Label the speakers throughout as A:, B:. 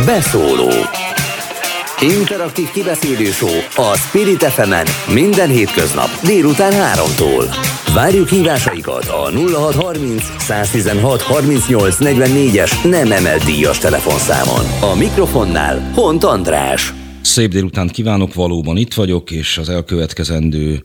A: Beszóló. Interaktív kibeszélő show a Spirit FM-en minden hétköznap délután 3-tól. Várjuk hívásaikat a 0630 116 38 44-es nem emelt díjas telefonszámon. A mikrofonnál Hont András.
B: Szép délutánt kívánok, valóban itt vagyok, és az elkövetkezendő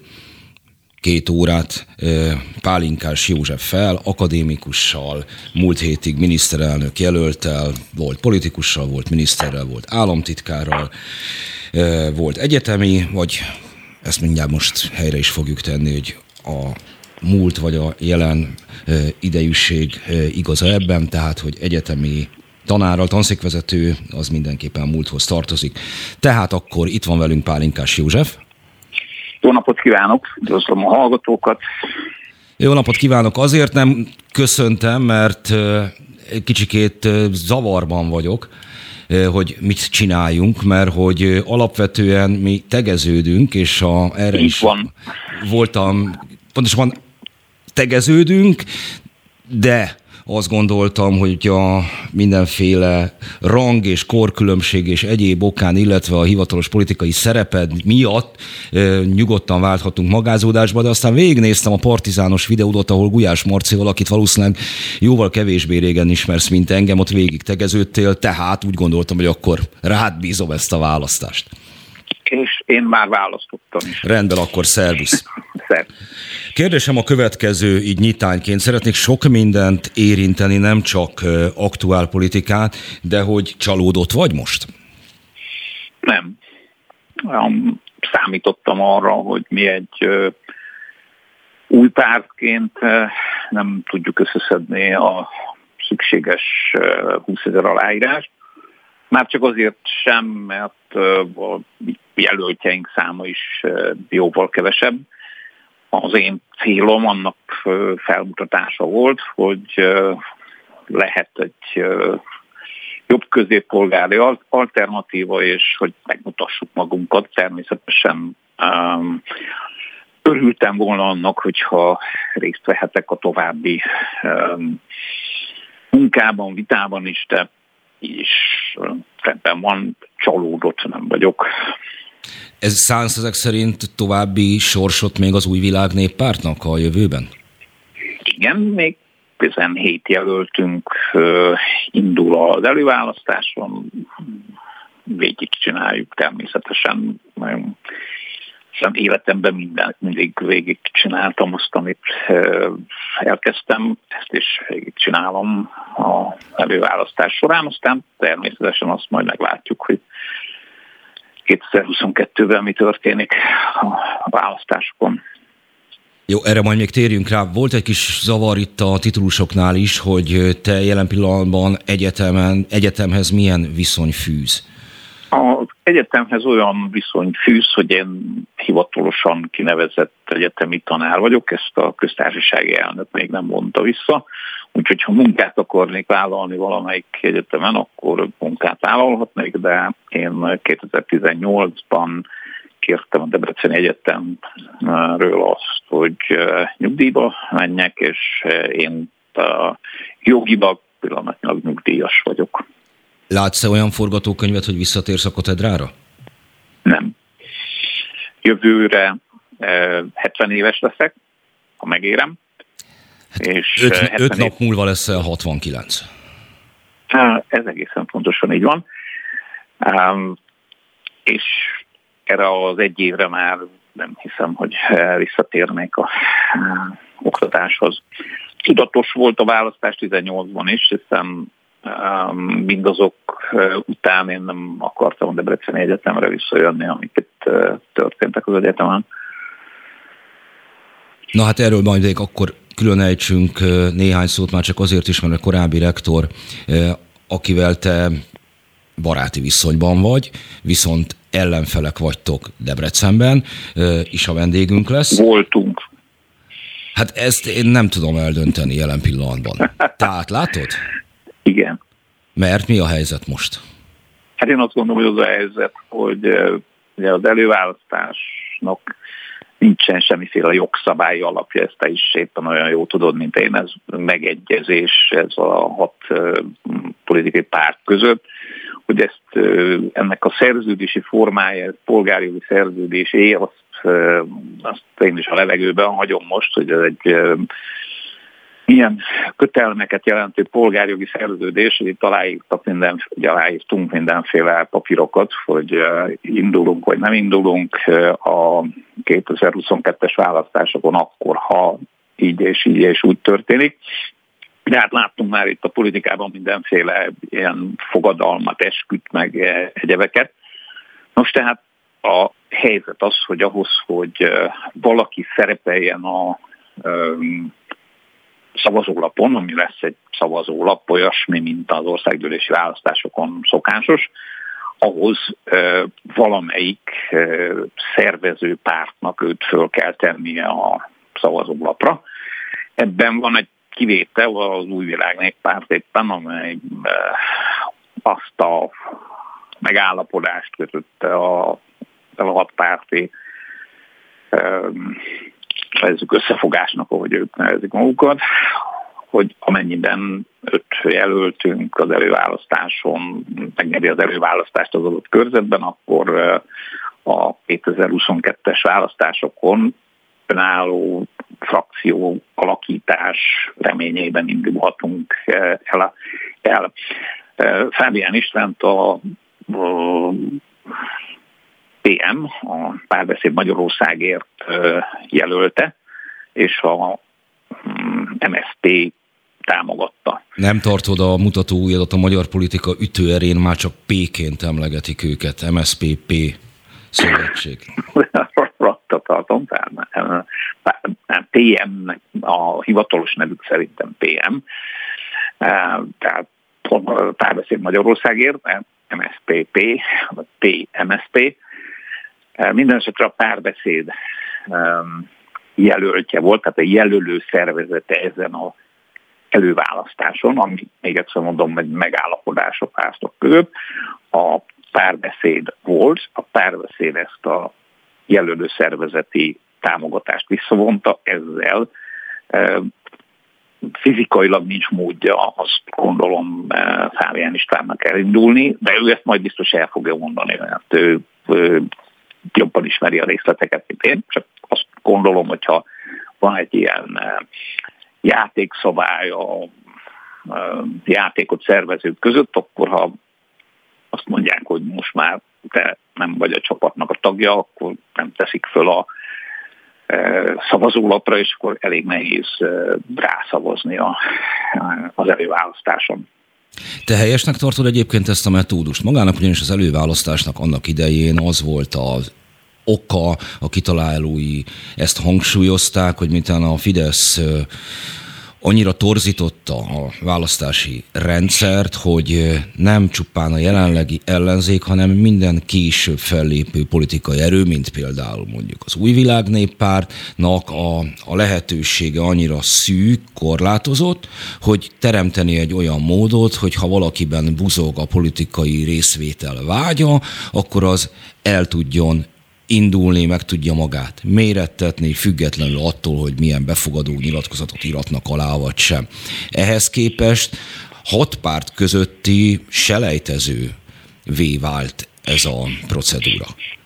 B: 2 órát Pálinkás Józseffel, akadémikussal, múlt hétig miniszterelnök jelölttel, volt politikussal, volt miniszterrel, volt államtitkárral, volt egyetemi, vagy ezt mindjárt most helyre is fogjuk tenni, hogy a múlt vagy a jelen idejűség igaz ebben, tehát hogy egyetemi tanárral, tanszékvezető, az mindenképpen a múlthoz tartozik. Tehát akkor itt van velünk Pálinkás József.
C: Jó napot kívánok, üdvözlöm a hallgatókat.
B: Jó napot kívánok, azért nem köszöntem, mert kicsikét zavarban vagyok, hogy mit csináljunk, mert hogy alapvetően mi tegeződünk, és erre
C: így
B: is
C: van.
B: Voltam, pontosabban tegeződünk, de azt gondoltam, hogy a mindenféle rang és korkülönbség és egyéb okán, illetve a hivatalos politikai szereped miatt nyugodtan válthatunk magázódásba, de aztán végignéztem a partizános videódot, ahol Gulyás Marcival, akit valószínűleg jóval kevésbé régen ismersz, mint engem, ott végig tegeződtél, tehát úgy gondoltam, hogy akkor rád bízom ezt a választást.
C: És én már választottam is.
B: Rendben, akkor szervusz.
C: Szervusz.
B: Kérdésem a következő, így nyitányként. Szeretnék sok mindent érinteni, nem csak aktuál politikát, de hogy csalódott vagy most?
C: Nem. Számítottam arra, hogy mi egy új pártként nem tudjuk összeszedni a szükséges 20 000 aláírást. Már csak azért sem, mert a jelöltjeink száma is jóval kevesebb. Az én célom annak felmutatása volt, hogy lehet egy jobb középpolgári alternatíva, és hogy megmutassuk magunkat. Természetesen örültem volna annak, hogyha részt vehetek a további munkában, vitában is, de így is rendben van, csalódott nem vagyok.
B: Ez szánsz ezek szerint további sorsot még az Új Világ Néppártnak a jövőben?
C: Igen, még 17 jelöltünk indul az előválasztáson, végigcsináljuk természetesen. Életemben mindig végigcsináltam azt, amit elkezdtem, ezt is végigcsinálom az előválasztás során, aztán természetesen azt majd meglátjuk, hogy 2022-ben mi történik a választásokon.
B: Jó, erre majd még térjünk rá. Volt egy kis zavar itt a titulusoknál is, hogy te jelen pillanatban egyetemhez milyen viszony fűz?
C: Az egyetemhez olyan viszony fűz, hogy én hivatalosan kinevezett egyetemi tanár vagyok, ezt a köztársasági elnök még nem mondta vissza, úgyhogy ha munkát akarnék vállalni valamelyik egyetemen, akkor munkát vállalhatnék, de én 2018-ban kértem a Debreceni Egyetemről azt, hogy nyugdíjba menjek, és én jogilag pillanatnyilag nyugdíjas vagyok.
B: Látsz-e olyan forgatókönyvet, hogy visszatérsz a katedrára?
C: Nem. Jövőre 70 éves leszek, ha megérem.
B: És 5 nap múlva leszel 69.
C: Ez egészen pontosan így van. És erre az 1 évre már nem hiszem, hogy visszatérnék a oktatáshoz. Tudatos volt a választás 18-ban is, hiszen mindazok után én nem akartam a Debreceni Egyetemre visszajönni, amiket történtek az egyetemen.
B: Na hát erről majd akkor külön ejtsünk néhány szót, már csak azért is, mert a korábbi rektor, akivel te baráti viszonyban vagy, viszont ellenfelek vagytok Debrecenben, is a vendégünk lesz.
C: Voltunk.
B: Hát ezt én nem tudom eldönteni jelen pillanatban. Tehát látod?
C: Igen.
B: Mert mi a helyzet most?
C: Hát én azt gondolom, hogy az a helyzet, hogy ugye az előválasztásnak nincsen semmiféle jogszabályi alapja, ezt te is éppen olyan jól tudod, mint én, ez megegyezés, ez a 6 politikai párt között, hogy ennek a szerződési formája, polgárjogi szerződésé, azt én is a levegőben hagyom most, hogy ez egy milyen kötelmeket jelentő polgárjogi szerződés, hogy itt aláírtunk mindenféle papírokat, hogy indulunk vagy nem indulunk a 2022-es választásokon akkor, ha így és úgy történik. De hát láttunk már itt a politikában mindenféle ilyen fogadalmat, esküt, meg egyebeket. Most tehát a helyzet az, hogy ahhoz, hogy valaki szerepeljen a szavazólapon, ami lesz egy szavazólap, olyasmi, mint az országgyűlési választásokon szokásos, ahhoz valamelyik szervező pártnak őt föl kell tennie a szavazólapra. Ebben van egy kivétel, az Új Világ Néppárt éppen, amely azt a megállapodást kötötte a 6 párti összefogásnak, ahogy ők nevezik magukat, hogy amennyiben 5 jelöltünk az előválasztáson, megnyeri az előválasztást az adott körzetben, akkor a 2022-es választásokon önálló frakció alakítás reményében indulhatunk el. Fábián Istvánt a PM, a Párbeszéd Magyarországért jelölte, és a MSZP támogatta.
B: Nem tartod a mutatóujjadat, a magyar politika ütőerén már csak P-ként emlegetik őket, MSZP-P szövetség.
C: Ratta tartom, PM, a hivatalos nevük szerintem PM, tehát Párbeszéd Magyarországért, MSZP-P, vagy P-MSZP. Mindenesetre a Párbeszéd jelöltje volt, tehát a jelölő szervezete ezen az előválasztáson, ami még egyszer mondom, hogy megállapodás a pártok között. A Párbeszéd volt, a Párbeszéd ezt a jelölő szervezeti támogatást visszavonta, ezzel fizikailag nincs módja, azt gondolom Fábián Istvánnak elindulni, de ő ezt majd biztos el fogja mondani, mert ő jobban ismeri a részleteket, mint én, csak azt gondolom, hogyha van egy ilyen játékszabály a játékot szervezők között, akkor ha azt mondják, hogy most már te nem vagy a csapatnak a tagja, akkor nem teszik föl a szavazólapra, és akkor elég nehéz rászavazni az előválasztáson.
B: Te helyesnek tartod egyébként ezt a metódust? Magának ugyanis az előválasztásnak annak idején az volt az oka, a kitalálói ezt hangsúlyozták, hogy miután a Fidesz annyira torzította a választási rendszert, hogy nem csupán a jelenlegi ellenzék, hanem minden később fellépő politikai erő, mint például mondjuk az Új Világ Néppártnak a lehetősége annyira szűk, korlátozott, hogy teremteni egy olyan módot, hogy ha valakiben buzog a politikai részvétel vágya, akkor az el tudjon indulni, meg tudja magát mérettetni, függetlenül attól, hogy milyen befogadó nyilatkozatot íratnak alá, vagy sem. Ehhez képest 6 párt közötti selejtezővé vált ez a procedúra.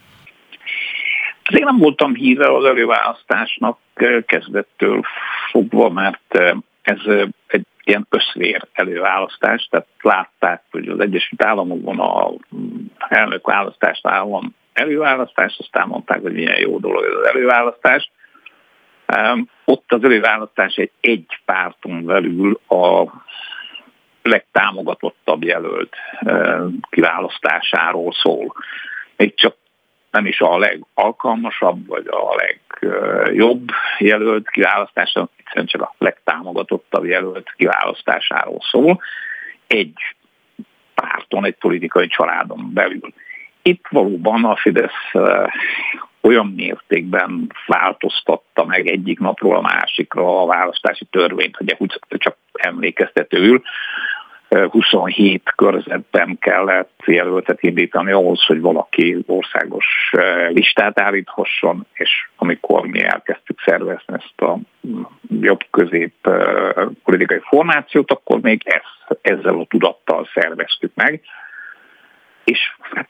C: Én nem voltam híve az előválasztásnak kezdettől fogva, mert ez egy ilyen összvér előválasztás, tehát látták, hogy az Egyesült Államokban a elnök választást állam előválasztás, aztán mondták, hogy milyen jó dolog ez az előválasztás. Ott az előválasztás egy párton belül a legtámogatottabb jelölt kiválasztásáról szól. Még csak nem is a legalkalmasabb, vagy a legjobb jelölt kiválasztása, egyszerűen csak a legtámogatottabb jelölt kiválasztásáról szól. Egy párton, egy politikai családon belül. Itt valóban a Fidesz olyan mértékben változtatta meg egyik napról a másikra a választási törvényt, hogy csak emlékeztetőül 27 körzetben kellett jelöltet indítani ahhoz, hogy valaki országos listát állíthasson, és amikor mi elkezdtük szervezni ezt a jobb-közép politikai formációt, akkor még ezzel a tudattal szerveztük meg.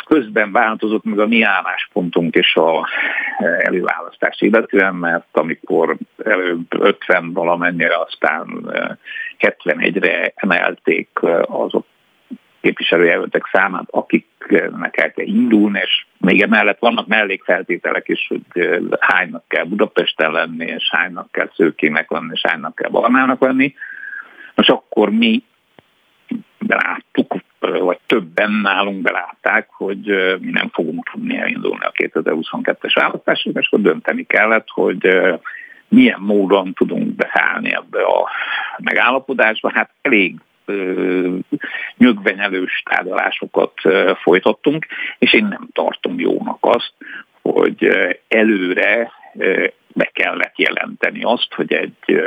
C: közben változott meg a mi álláspontunk és a előválasztást illetően, mert amikor előbb 50 valamennyire, aztán 71-re emelték azok képviselőjelöltek számát, akiknek el kell indulni, és még emellett vannak mellékfeltételek is, hogy hánynak kell Budapesten lenni, és hánynak kell Szőkének lenni, és hánynak kell Barnának lenni. Most akkor mi beláttuk, vagy többen nálunk belátták, hogy mi nem fogunk tudni elindulni a 2022-es választásokra, és akkor dönteni kellett, hogy milyen módon tudunk beszállni ebbe a megállapodásba. Hát elég nyögvenyelős tárgyalásokat folytattunk, és én nem tartom jónak azt, hogy előre be kellett jelenteni azt, hogy egy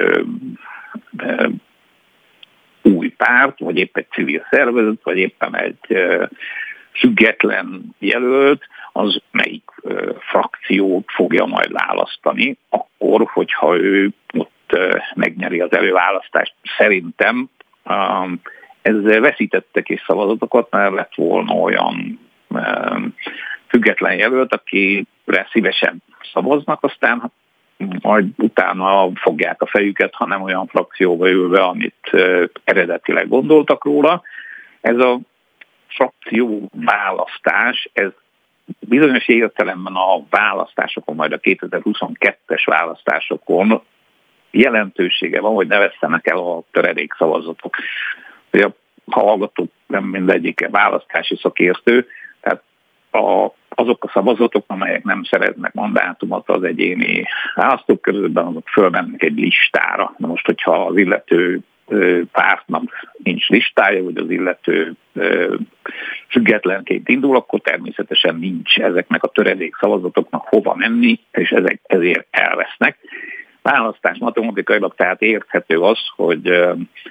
C: új párt, vagy épp egy civil szervezet, vagy éppen egy független jelölt, az melyik frakciót fogja majd választani, akkor, hogyha ő ott megnyeri az előválasztást. Szerintem ezzel veszítettek is szavazatokat, mert lett volna olyan független jelölt, akire szívesen szavaznak, aztán majd utána fogják a fejüket, ha nem olyan frakcióba ülve, amit eredetileg gondoltak róla. Ez a frakció választás, ez bizonyos értelemben a választásokon, majd a 2022-es választásokon jelentősége van, hogy ne vesszenek el a töredék szavazatok. A hallgatók nem mindegyike választási szakértő, tehát azok a szavazatok, amelyek nem szereznek mandátumot az egyéni választókerületben, azok fölmennek egy listára. Na most, hogyha az illető pártnak nincs listája, vagy az illető függetlenként indul, akkor természetesen nincs ezeknek a töredék szavazatoknak hova menni, és ezek ezért elvesznek. Választás matematikailag tehát érthető az, hogy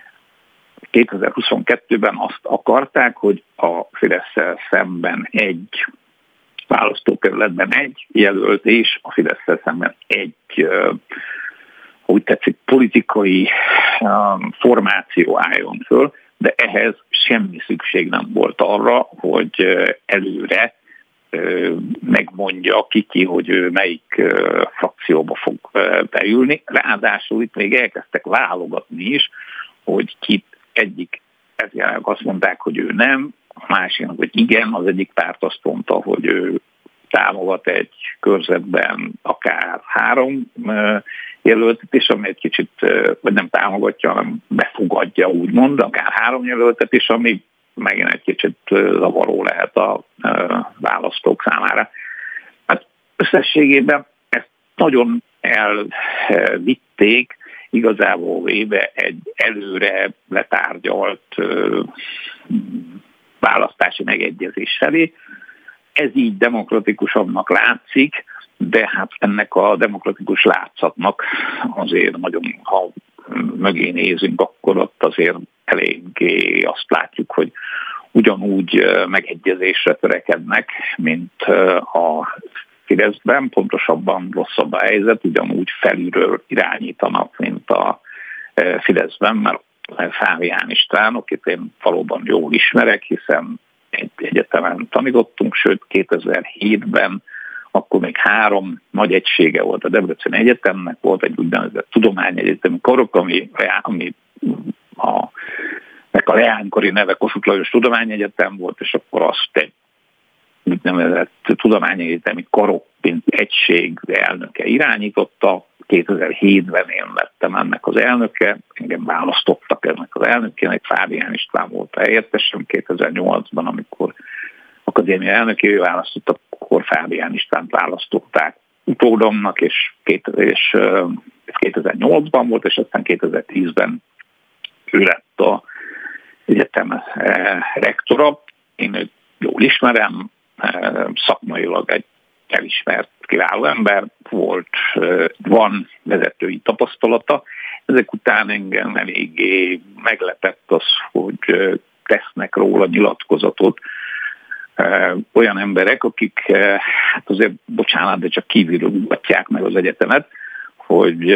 C: 2022-ben azt akarták, hogy a Fidesz-szel szemben egy választókerületben egy jelölt, és a Fidesz-szel szemben egy, úgy tetszik, politikai formáció álljon föl, de ehhez semmi szükség nem volt arra, hogy előre megmondja ki, hogy ő melyik frakcióba fog beülni. Ráadásul itt még elkezdtek válogatni is, hogy kit egyik ezért azt mondták, hogy ő nem, a másiknak, hogy igen, az egyik párt azt mondta, hogy ő támogat egy körzetben akár 3 jelöltet is, ami egy kicsit, vagy nem támogatja, hanem befogadja, úgymond, akár 3 jelöltet is, ami megint egy kicsit zavaró lehet a választók számára. Hát összességében ezt nagyon elvitték, igazából véve egy előre letárgyalt választási megegyezés felé. Ez így demokratikusabbnak látszik, de hát ennek a demokratikus látszatnak azért nagyon, ha mögé nézünk, akkor ott azért eléggé azt látjuk, hogy ugyanúgy megegyezésre törekednek, mint a Fideszben, pontosabban rosszabb a helyzet, ugyanúgy felülről irányítanak, mint a Fideszben, mert Fábián István, akit én valóban jól ismerek, hiszen egy egyetemen tanítottunk, sőt 2007-ben akkor még 3 nagy egysége volt a Debreceni Egyetemnek, volt egy úgynevezett tudományegyetemi karok, ami a leánykori neve Kossuth Lajos Tudományegyetem volt, és akkor azt egy úgynevezett tudományegyetemi karok, mint egység elnöke irányította. 2007-ben én lettem ennek az elnöke, engem választottak ennek az elnökének, Fábián István volt a helyettesem 2008-ban, amikor akadémia elnökévé választottak, akkor Fábián Istvánt választották utódomnak, és 2008-ban volt, és aztán 2010-ben ő lett az egyetem rektora. Én őt jól ismerem, szakmailag egy elismert, kiváló ember volt, van vezetői tapasztalata. Ezek után engem eléggé meglepett az, hogy tesznek róla nyilatkozatot olyan emberek, akik hát azért, bocsánat, de csak kívülről ugatják meg az egyetemet, hogy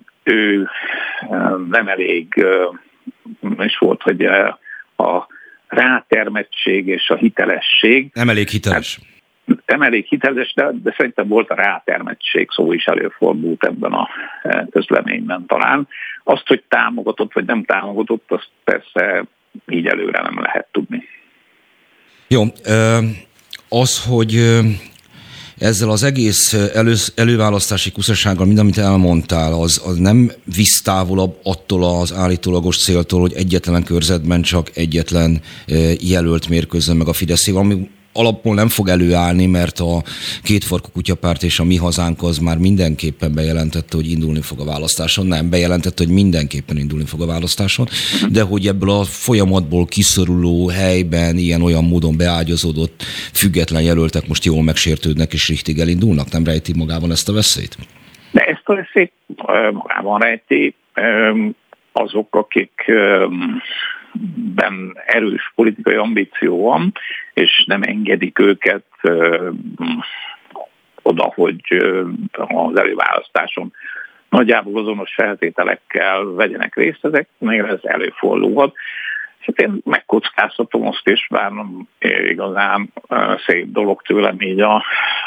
C: ő nem elég is volt, hogy a rátermettség és a hitelesség.
B: Nem elég hiteles.
C: Nem elég hiteles, de szerintem volt a rátermettség, szó is előfordult ebben a közleményben talán. Azt, hogy támogatott vagy nem támogatott, azt persze így előre nem lehet tudni.
B: Jó, az, hogy ezzel az egész előválasztási kuszasággal, mind amit elmondtál, az nem visz távolabb attól az állítólagos céltól, hogy egyetlen körzetben csak egyetlen jelölt mérkőzzön meg a Fideszével, ami alapból nem fog előállni, mert a Kétfarkú Kutyapárt és a Mi Hazánk az már mindenképpen bejelentette, hogy indulni fog a választáson. Nem, bejelentette, hogy mindenképpen indulni fog a választáson, de hogy ebből a folyamatból kiszoruló helyben ilyen-olyan módon beágyazódott független jelöltek most jól megsértődnek és richtig elindulnak? Nem rejti magában ezt a veszélyt?
C: De ezt a veszélyt magában rejti azok, akikben erős politikai ambíció van, és nem engedik őket oda, hogy az előválasztáson nagyjából azonos feltételekkel vegyenek részt, ezeknél ez előfordulhat. Hát én megkockáztatom azt is, bár nem igazán szép dolog tőlem így a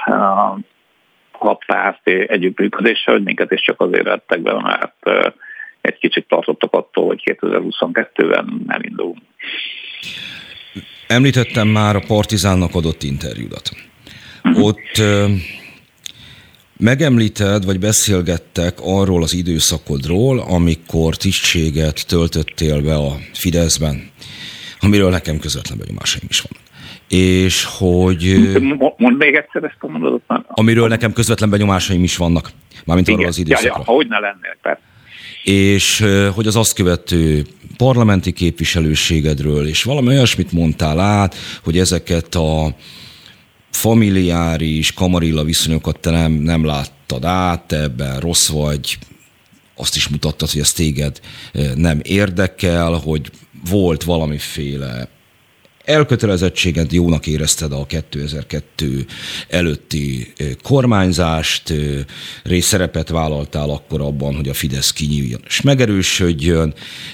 C: hatpárt együttműködéssel, hogy minket is csak azért vettek be, mert egy kicsit tartottak attól, hogy 2022-ben elindulunk.
B: Említettem már a Partizánnak adott interjúdat. Ott megemlíted, vagy beszélgettek arról az időszakodról, amikor tisztséget töltöttél be a Fideszben, amiről nekem közvetlen benyomásaim is vannak. És hogy...
C: Mondd még egyszer ezt a mondatot már.
B: Amiről nekem közvetlen benyomásaim is vannak, mármint arról az időszakról.
C: Ja, hogy ne lennél, persze.
B: És hogy az azt követő parlamenti képviselőségedről, és valami olyasmit mondtál át, hogy ezeket a familiáris, kamarilla viszonyokat te nem láttad át, te ebben rossz vagy, azt is mutattad, hogy ez téged nem érdekel, hogy volt valamiféle elkötelezettséged, jónak érezted a 2002 előtti kormányzást, részszerepet vállaltál akkor abban, hogy a Fidesz kinyíljon és megerősödjön,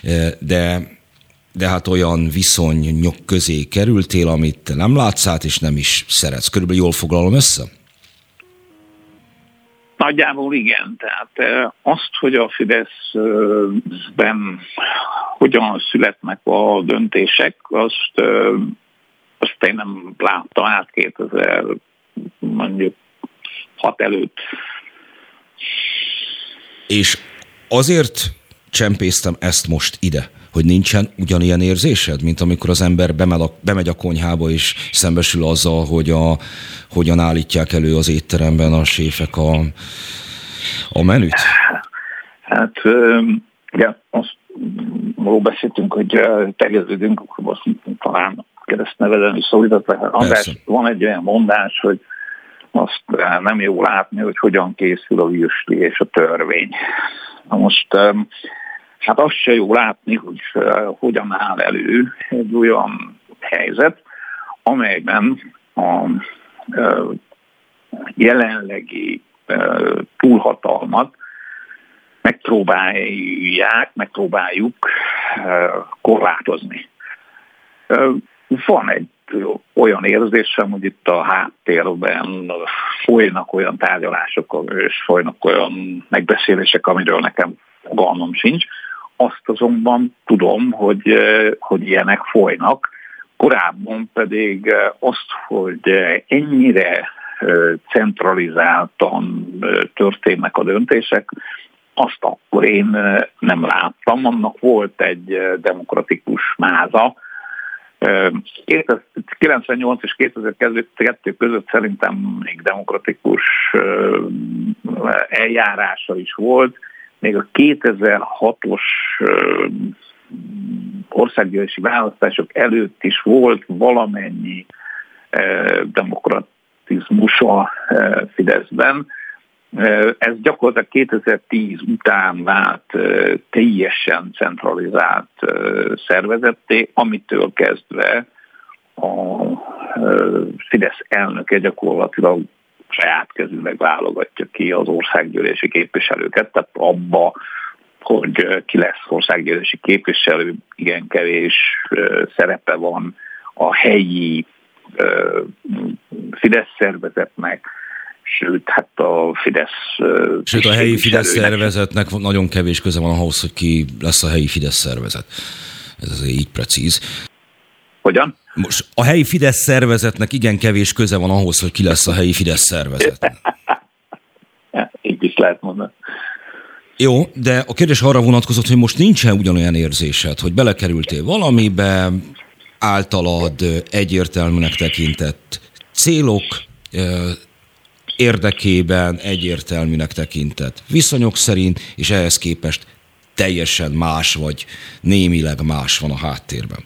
B: de hát olyan viszonyok közé kerültél, amit te nem látsz át, és nem is szeretsz. Körülbelül jól foglalom össze?
C: Nagyjából igen. Tehát azt, hogy a Fideszben hogyan születnek a döntések, azt én nem láttam át 2006 előtt.
B: És azért csempésztem ezt most ide, hogy nincsen ugyanilyen érzésed, mint amikor az ember bemegy a konyhába és szembesül azzal, hogy hogyan állítják elő az étteremben a séfek a menüt? Hát,
C: ugye azt beszéltünk, hogy tegeződünk, akkor azt talán keresztnevezen is szólított. András, van egy olyan mondás, hogy azt nem jó látni, hogy hogyan készül a virsli és a törvény. Na most, hát azt se jó látni, hogy hogyan áll elő egy olyan helyzet, amelyben a jelenlegi túlhatalmat megpróbáljuk korlátozni. Van egy olyan érzésem, hogy itt a háttérben folynak olyan tárgyalások, és folynak olyan megbeszélések, amiről nekem fogalmam sincs. Azt azonban tudom, hogy ilyenek folynak. Korábban pedig azt, hogy ennyire centralizáltan történnek a döntések, azt akkor én nem láttam. Annak volt egy demokratikus máza. 98 és 2002 között szerintem még demokratikus eljárása is volt. Még a 2006-os országgyűlési választások előtt is volt valamennyi demokratizmus a Fideszben. Ez gyakorlatilag 2010 után vált teljesen centralizált szervezetté, amitől kezdve a Fidesz elnöke gyakorlatilag saját kezűleg válogatja ki az országgyűlési képviselőket, tehát abba hogy ki lesz országgyűlési képviselő, igen kevés szerepe van a helyi Fidesz szervezetnek, sőt, hát a Fidesz...
B: Sőt, a helyi Fidesz szervezetnek nagyon kevés köze van ahhoz, hogy ki lesz a helyi Fidesz szervezet. Ez azért így precíz.
C: Hogyan?
B: Most a helyi Fidesz szervezetnek igen kevés köze van ahhoz, hogy ki lesz a helyi Fidesz szervezet.
C: Így is lehet mondani.
B: Jó, de a kérdés arra vonatkozott, hogy most nincsen ugyanolyan érzésed, hogy belekerültél valamibe, általad egyértelműnek tekintett célok érdekében egyértelműnek tekintett viszonyok szerint, és ehhez képest teljesen más, vagy némileg más van a háttérben.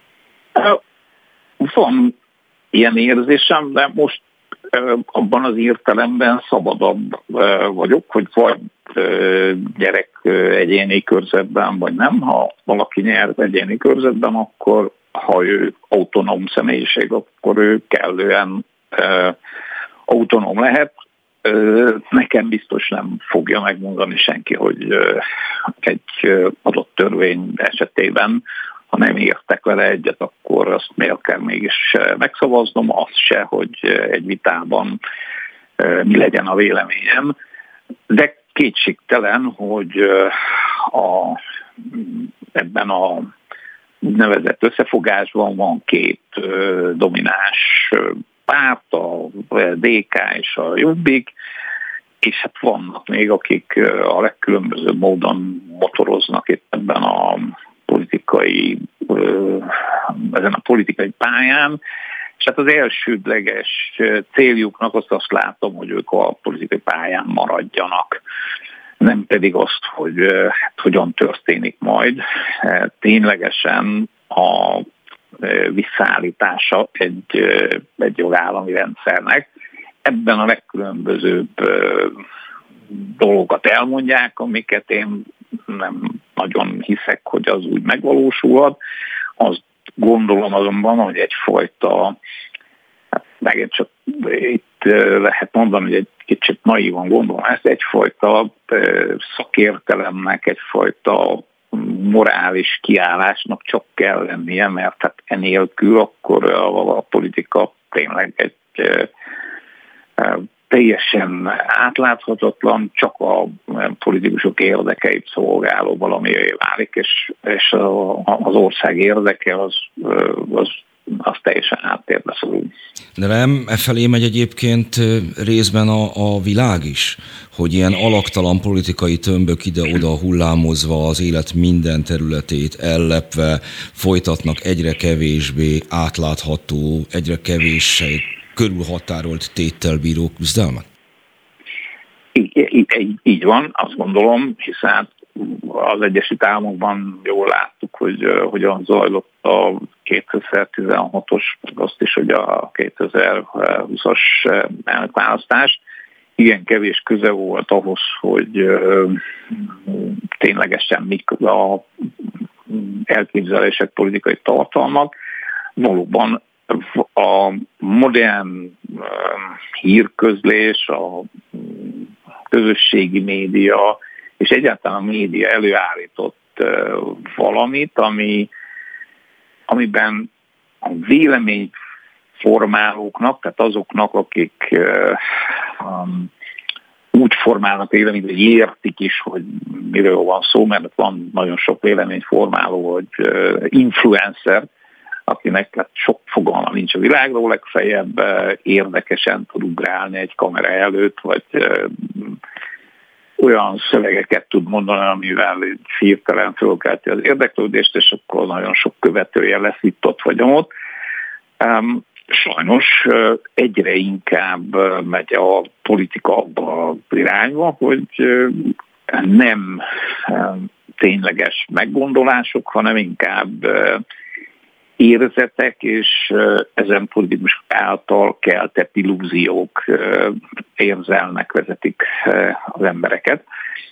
C: Van ilyen érzésem, de most abban az értelemben szabadabb vagyok, hogy vagy gyerek egyéni körzetben, vagy nem. Ha valaki nyer egyéni körzetben, akkor ha ő autonóm személyiség, akkor ő kellően autonóm lehet. Nekem biztos nem fogja megmondani senki, hogy egy adott törvény esetében, ha nem értek vele egyet, akkor azt miért kell mégis megszavaznom, az se, hogy egy vitában mi legyen a véleményem. De kétségtelen, hogy ebben a úgynevezett összefogásban van két domináns párt, a DK és a Jobbik, és hát vannak még, akik a legkülönbözőbb módon motoroznak itt ebben ezen a politikai pályán, és hát az elsődleges céljuknak azt látom, hogy ők a politikai pályán maradjanak, nem pedig azt, hogy hogyan történik majd. Ténylegesen a visszaállítása egy jogállami rendszernek. Ebben a legkülönbözőbb dolgokat elmondják, amiket én nem nagyon hiszek, hogy az úgy megvalósulhat. Azt gondolom azonban, hogy egyfajta, megint csak itt lehet mondani, hogy egy kicsit naívan gondolom, ezt egyfajta szakértelemnek, egyfajta morális kiállásnak csak kell lennie, mert hát enélkül akkor a politika tényleg egy teljesen átláthatatlan, csak a politikusok érdekeit szolgáló valamivé válik, és az ország érdeke az teljesen háttérbe szorul.
B: De nem felé megy egyébként részben a világ is, hogy ilyen alaktalan politikai tömbök ide-oda hullámozva az élet minden területét ellepve folytatnak egyre kevésbé átlátható, egyre kevéssé körülhatárolt téttel bíró küzdelmet?
C: Így van, azt gondolom, hiszen az Egyesült Államokban jól láttuk, hogy hogyan zajlott a 2016-os, azt is, hogy a 2020-as elnökválasztás. Igen kevés köze volt ahhoz, hogy ténylegesen mik a elképzelések, politikai tartalmak. Valóban a modern hírközlés, a közösségi média és egyáltalán a média előállított valamit, amiben a véleményformálóknak, tehát azoknak, akik úgy formálnak véleményt, hogy értik is, hogy miről van szó, mert van nagyon sok véleményformáló, hogy influencer, akinek hát sok fogalma nincs a világról, legfeljebb érdekesen tud ugrálni egy kamera előtt, vagy olyan szövegeket tud mondani, amivel hirtelen fölkelti az érdeklődést, és akkor nagyon sok követője lesz itt-ott vagy ott. Sajnos egyre inkább megy a politika abba az irányba, hogy nem tényleges meggondolások, hanem inkább érzetek és ezen politikusok által keltett illúziók érzelmek vezetik az embereket.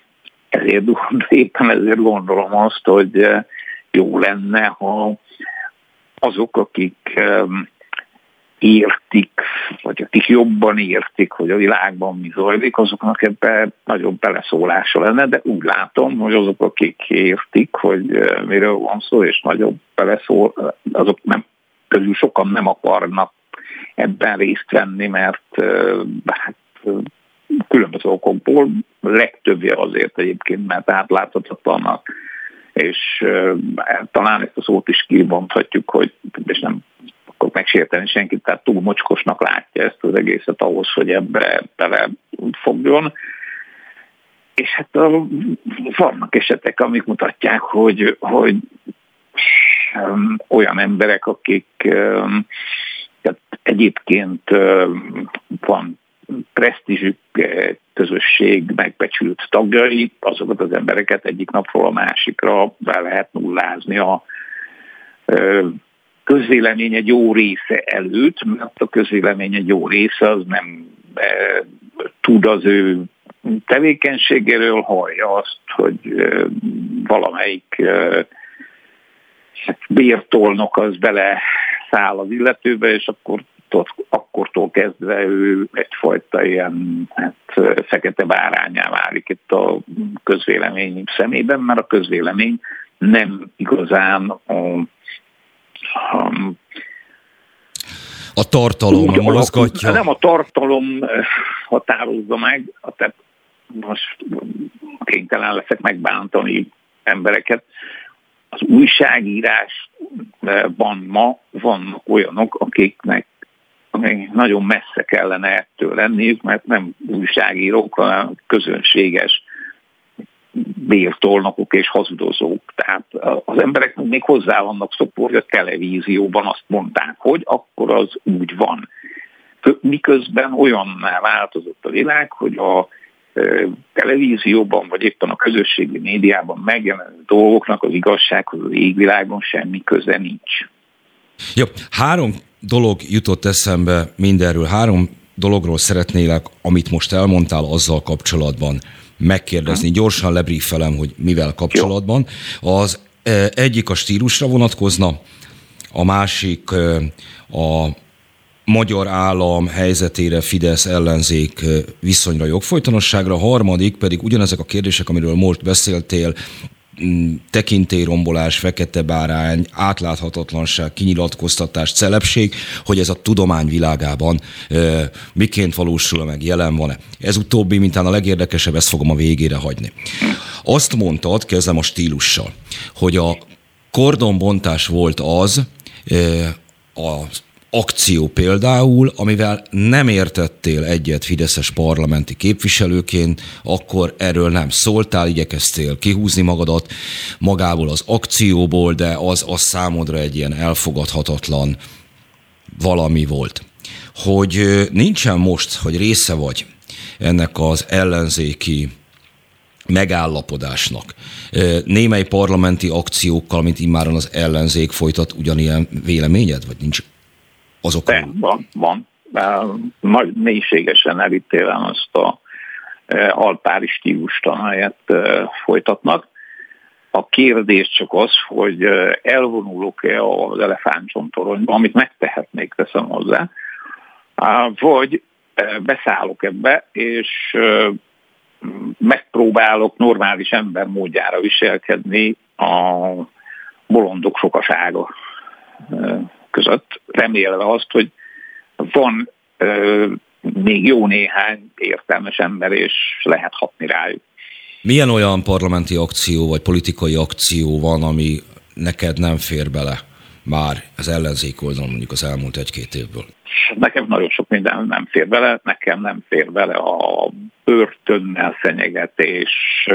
C: Éppen ezért gondolom azt, hogy jó lenne, ha azok, akik értik vagy akik jobban értik, hogy a világban mi zajlik, azoknak ebben nagyobb beleszólása lenne, de úgy látom, hogy azok, akik értik, hogy miről van szó, és nagyobb beleszól, azok nem, közül sokan nem akarnak ebben részt venni, mert hát, különböző okokból, legtöbbje azért egyébként, mert átláthatatlanak, és talán ezt a szót is kibonthatjuk, hogy és nem akkor megsérteni senkit, tehát túl mocskosnak látja ezt az egészet ahhoz, hogy ebbe belefogjon. És hát vannak esetek, amik mutatják, hogy olyan emberek, akik tehát egyébként van presztízsük, közösség megbecsült tagjai, azokat az embereket egyik napról a másikra be lehet nullázni a közvélemény egy jó része előtt, mert a közvélemény egy jó része az nem tud az ő tevékenységéről, hallja azt, hogy valamelyik bértolnok az bele száll az illetőbe, és akkortól kezdve ő egyfajta ilyen fekete bárányá válik itt a közvélemény szemében, mert a közvélemény nem igazán
B: a tartalom mozgatja.
C: Nem a tartalom határozza meg, tehát most kénytelen leszek megbántani embereket. Az újságírásban ma vannak olyanok, akiknek nagyon messze kellene ettől lenniük, mert nem újságírók, hanem közönséges bértolnokok és hazudozók. Tehát az emberek még hozzá vannak szokva, hogy a televízióban azt mondták, hogy akkor az úgy van. Miközben olyanná változott a világ, hogy a televízióban, vagy éppen a közösségi médiában megjelenő dolgoknak az igazsághoz az égvilágon semmi köze nincs.
B: Jó, 3 dolog jutott eszembe mindenről. 3 dologról szeretnélek, amit most elmondtál azzal kapcsolatban megkérdezni. Gyorsan lebriefelem, hogy mivel kapcsolatban. Az egyik a stílusra vonatkozna, a másik a magyar állam helyzetére, Fidesz ellenzék viszonyra, jogfolytonosságra, a harmadik pedig ugyanezek a kérdések, amiről most beszéltél, tekintélyrombolás, fekete bárány, átláthatatlanság, kinyilatkoztatás, celebség, hogy ez a tudomány világában miként valósul meg, jelen van-e. Ez utóbbi, mintán a legérdekesebb, ezt fogom a végére hagyni. Azt mondtad, kezdem a stílussal, hogy a kordonbontás volt az akció például, amivel nem értettél egyet fideszes parlamenti képviselőként, akkor erről nem szóltál, igyekeztél kihúzni magadat magából az akcióból, de az számodra egy ilyen elfogadhatatlan valami volt. Hogy nincsen most, hogy része vagy ennek az ellenzéki megállapodásnak, némely parlamenti akciókkal, mint immáron az ellenzék folytat, ugyanilyen véleményed, vagy nincs azok?
C: Van. Nagy mélységesen elítélem azt a alpári stílust, amelyet folytatnak. A kérdés csak az, hogy elvonulok-e az elefántcsontoronyba, amit megtehetnék, teszem hozzá, vagy beszállok ebbe, és megpróbálok normális ember módjára viselkedni a bolondok sokasága között, remélve azt, hogy van még jó néhány értelmes ember, és lehet hatni rájuk.
B: Milyen olyan parlamenti akció, vagy politikai akció van, ami neked nem fér bele már az ellenzék oldalon, mondjuk az elmúlt 1-2 évből?
C: Nekem nagyon sok minden nem fér bele, nekem nem fér bele a börtönnel fenyegetés,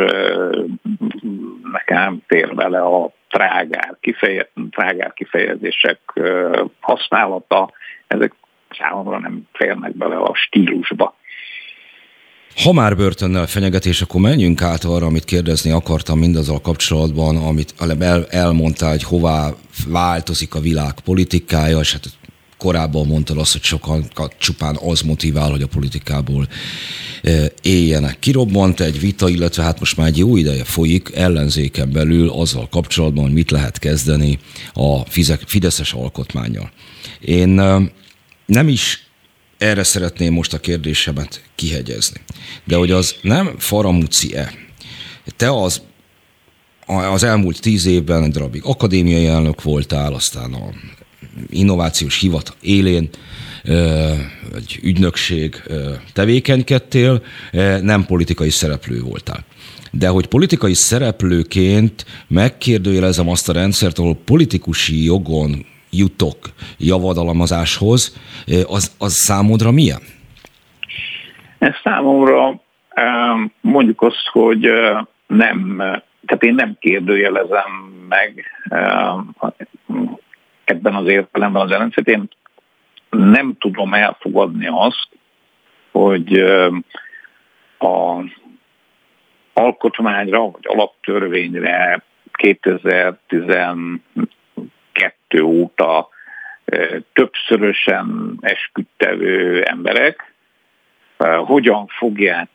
C: nekem nem fér bele a trágár kifejezések használata, ezek számomra nem férnek bele a stílusba.
B: Ha már börtönnel fenyegetés, akkor menjünk át arra, amit kérdezni akartam mindazzal kapcsolatban, amit elmondtál, hogy hová változik a világ politikája, és hát korábban mondtad azt, hogy sokat csupán az motivál, hogy a politikából éljenek. Kirobbant egy vita, illetve hát most már egy jó ideje folyik ellenzéken belül azzal kapcsolatban, hogy mit lehet kezdeni a fideszes alkotmánnyal. Én nem is Erre szeretném most a kérdésemet kihegyezni. De hogy az nem faramúci-e? Te az elmúlt 10 évben egy darabig akadémiai elnök voltál, aztán a innovációs hivatal élén, egy ügynökség tevékenykedtél, nem politikai szereplő voltál. De hogy politikai szereplőként megkérdőjelezem azt a rendszert, ahol politikusi jogon jutok javadalmazáshoz, az számodra milyen?
C: Ez számomra mondjuk azt, hogy nem, tehát én nem kérdőjelezem meg ebben az értelemben az rendszert. Én nem tudom elfogadni azt, hogy a alkotmányra vagy alaptörvényre 2012 óta többszörösen esküdtevő emberek hogyan fogják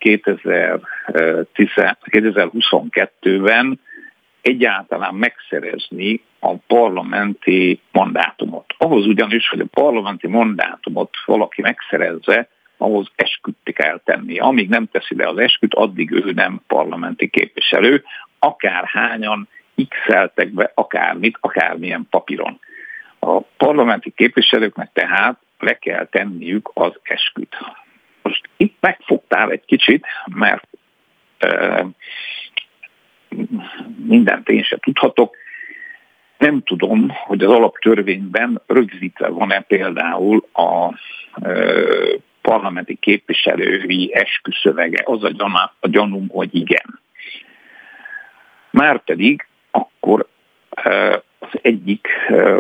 C: 2022-ben egyáltalán megszerezni a parlamenti mandátumot. Ahhoz ugyanis, hogy a parlamenti mandátumot valaki megszerezze, ahhoz esküt kell tennie. Amíg nem teszi le az esküt, addig ő nem parlamenti képviselő, akárhányan x-eltek be akármit, akármilyen papíron. A parlamenti képviselőknek tehát le kell tenniük az esküt. Most itt megfogtál egy kicsit, mert mindent én sem tudhatok. Nem tudom, hogy az alaptörvényben rögzítve van-e például a parlamenti képviselői esküszövege. Az a gyanúm, hogy igen. Márpedig akkor az egyik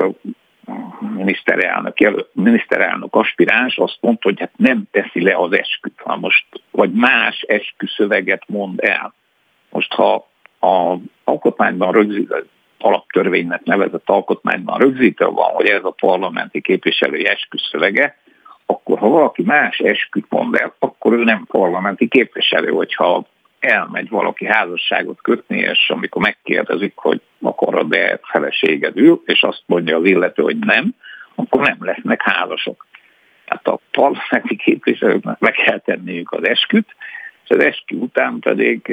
C: miniszterelnök aspiráns azt mondta, hogy hát nem teszi le az esküt, most, vagy más esküszöveget mond el. Most ha az alkotmányban rögzített, alaptörvénynek nevezett alkotmányban rögzítve van, hogy ez a parlamenti képviselői esküszövege, akkor ha valaki más esküt mond el, akkor ő nem parlamenti képviselő, hogyha elmegy valaki házasságot kötni, és amikor megkérdezik, hogy akarod-e feleségedül, és azt mondja az illető, hogy nem, akkor nem lesznek házasok. Hát a parlamenti képviselőknek meg kell tenniük az esküt, és az eskü után pedig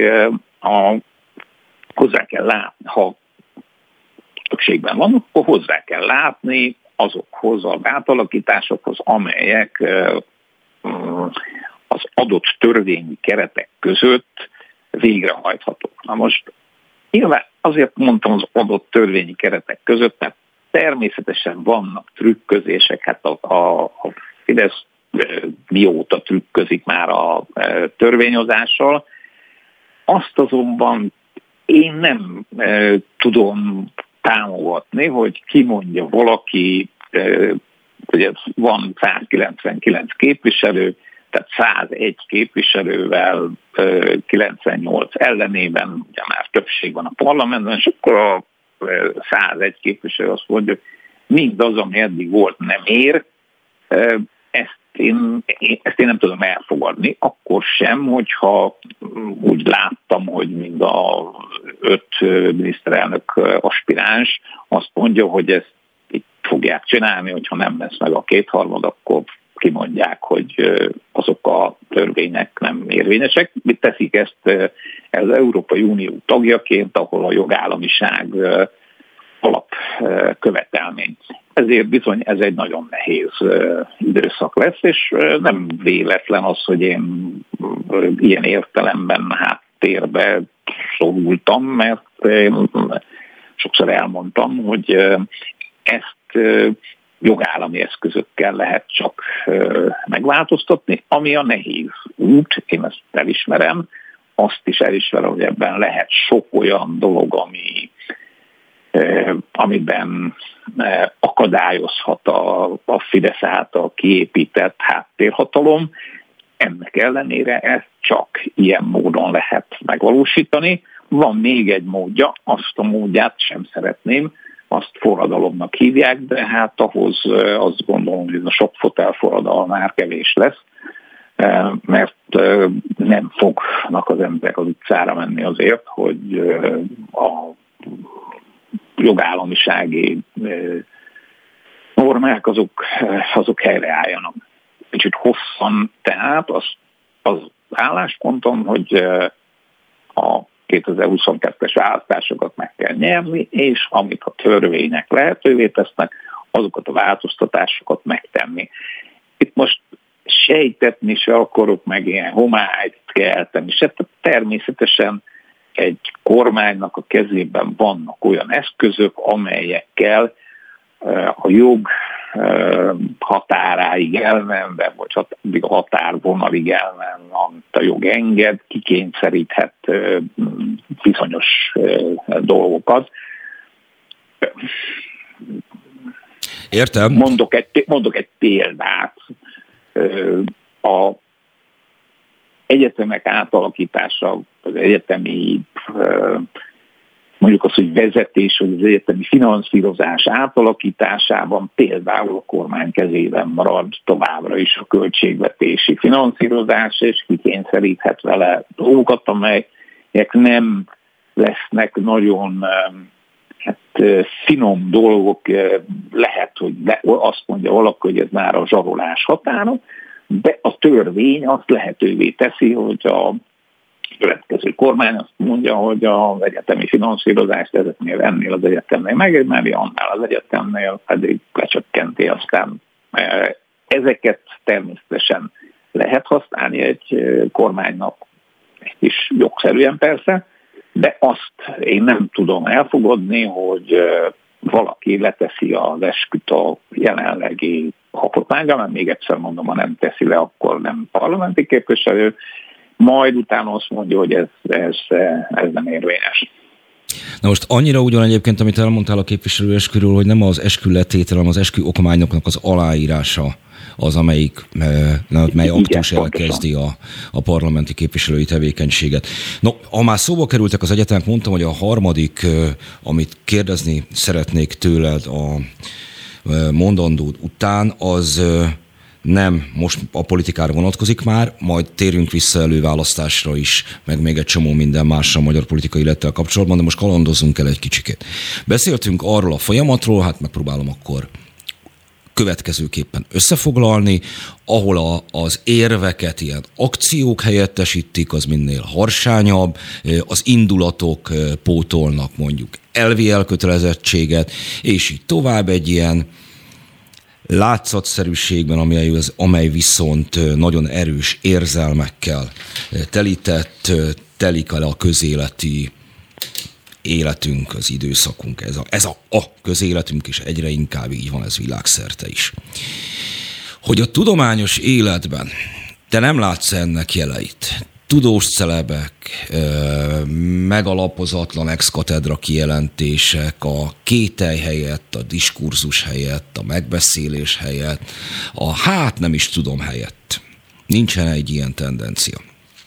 C: hozzá kell látni, ha többségben van, akkor hozzá kell látni azokhoz az átalakításokhoz, amelyek az adott törvényi keretek között végrehajthatók. Na most nyilván azért mondtam az adott törvényi keretek között, mert természetesen vannak trükközések, hát a Fidesz mióta trükközik már a törvényhozással. Azt azonban én nem tudom támogatni, hogy kimondja valaki, hogy van 199 képviselő, tehát 101 képviselővel 98 ellenében, ugye már többség van a parlamentben, és akkor a 101 képviselő azt mondja, hogy mindaz, ami eddig volt, nem ér. Ezt én nem tudom elfogadni, akkor sem, hogyha úgy láttam, hogy mind a 5 miniszterelnök aspiráns azt mondja, hogy ezt itt fogják csinálni, hogyha nem lesz meg a 2/3, akkor kimondják, hogy azok a törvények nem érvényesek. Mit teszik ezt az Európai Unió tagjaként, ahol a jogállamiság alapkövetelmény. Ezért bizony ez egy nagyon nehéz időszak lesz, és nem véletlen az, hogy én ilyen értelemben háttérbe szorultam, mert én sokszor elmondtam, hogy ezt jogállami eszközökkel lehet csak megváltoztatni, ami a nehéz út, én ezt elismerem, azt is elismerem, hogy ebben lehet sok olyan dolog, amiben akadályozhat a Fidesz által kiépített háttérhatalom. Ennek ellenére ezt csak ilyen módon lehet megvalósítani. Van még egy módja, azt a módját sem szeretném, azt forradalomnak hívják, de hát ahhoz azt gondolom, hogy a sok fotel forradalom már kevés lesz, mert nem fognak az emberek az utcára menni azért, hogy a jogállamisági normák azok helyreálljanak. kicsit hosszan, tehát az állásponton, hogy a 2022-es választásokat meg kell nyerni, és amit a törvények lehetővé tesznek, azokat a változtatásokat megtenni. Itt most sejtetni se akarok, meg ilyen homályt kelteni se. Természetesen egy kormánynak a kezében vannak olyan eszközök, amelyekkel a jog határáig elmenve, vagy a határvonalig elmenve, amit a jog enged, kikényszeríthet bizonyos dolgokat.
B: Értem.
C: Mondok egy példát. A egyetemek átalakítása, az egyetemi mondjuk az, hogy vezetés, vagy az egyetemi finanszírozás átalakításában például a kormány kezében marad továbbra is a költségvetési finanszírozás, és kikényszeríthet vele dolgokat, amelyek nem lesznek nagyon finom dolgok. Lehet, hogy azt mondja valaki, hogy ez már a zsarolás határa, de a törvény azt lehetővé teszi, hogy a következő kormány azt mondja, hogy az egyetemi finanszírozást ennél az egyetemnél megemeli, annál az egyetemnél pedig lecsökkenti. Aztán ezeket természetesen lehet használni egy kormánynak is jogszerűen persze, de azt én nem tudom elfogadni, hogy valaki leteszi az esküt a jelenlegi alkotmányra, mert még egyszer mondom, ha nem teszi le, akkor nem parlamenti képviselő, majd utána azt mondja, hogy ez nem érvényes.
B: Na most annyira ugyan egyébként, amit elmondtál a képviselő esküről, hogy nem az eskü letétel, hanem az eskü okmányoknak az aláírása az, mely aktus elkezdi a parlamenti képviselői tevékenységet. No, ha már szóba kerültek az egyetemek, mondtam, hogy a harmadik, amit kérdezni szeretnék tőled a mondandód után, az nem most a politikára vonatkozik már, majd térjünk vissza előválasztásra is, meg még egy csomó minden másra a magyar politikai élettel kapcsolatban, de most kalandozzunk el egy kicsikét. Beszéltünk arról a folyamatról, hát megpróbálom akkor következőképpen összefoglalni, ahol az érveket ilyen akciók helyettesítik, az minél harsányabb, az indulatok pótolnak mondjuk elvi elkötelezettséget, és így tovább egy ilyen látszatszerűségben, amely viszont nagyon erős érzelmekkel telített, telik el a közéleti életünk, az időszakunk. Ez a közéletünk is egyre inkább így van, ez világszerte is. Hogy a tudományos életben te nem látsz ennek jeleit, tudós celebek, megalapozatlan ex-katedra kijelentések, a kételj helyett, a diskurzus helyett, a megbeszélés helyett, nem is tudom helyett. Nincsen egy ilyen tendencia.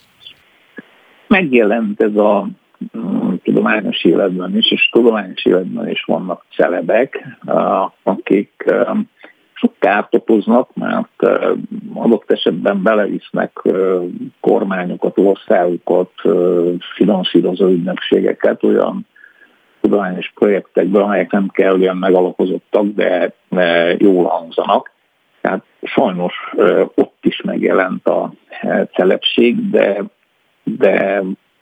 C: Megjelent ez a tudományos életben is, és tudományos életben is vannak celebek, akik sok kárt okoznak, mert adott esetben belevisznek kormányokat, országokat, finanszírozó ügynökségeket olyan tudományos projektekben, amelyek nem kell olyan megalapozottak, de jól hangzanak. Tehát sajnos ott is megjelent a celebség, de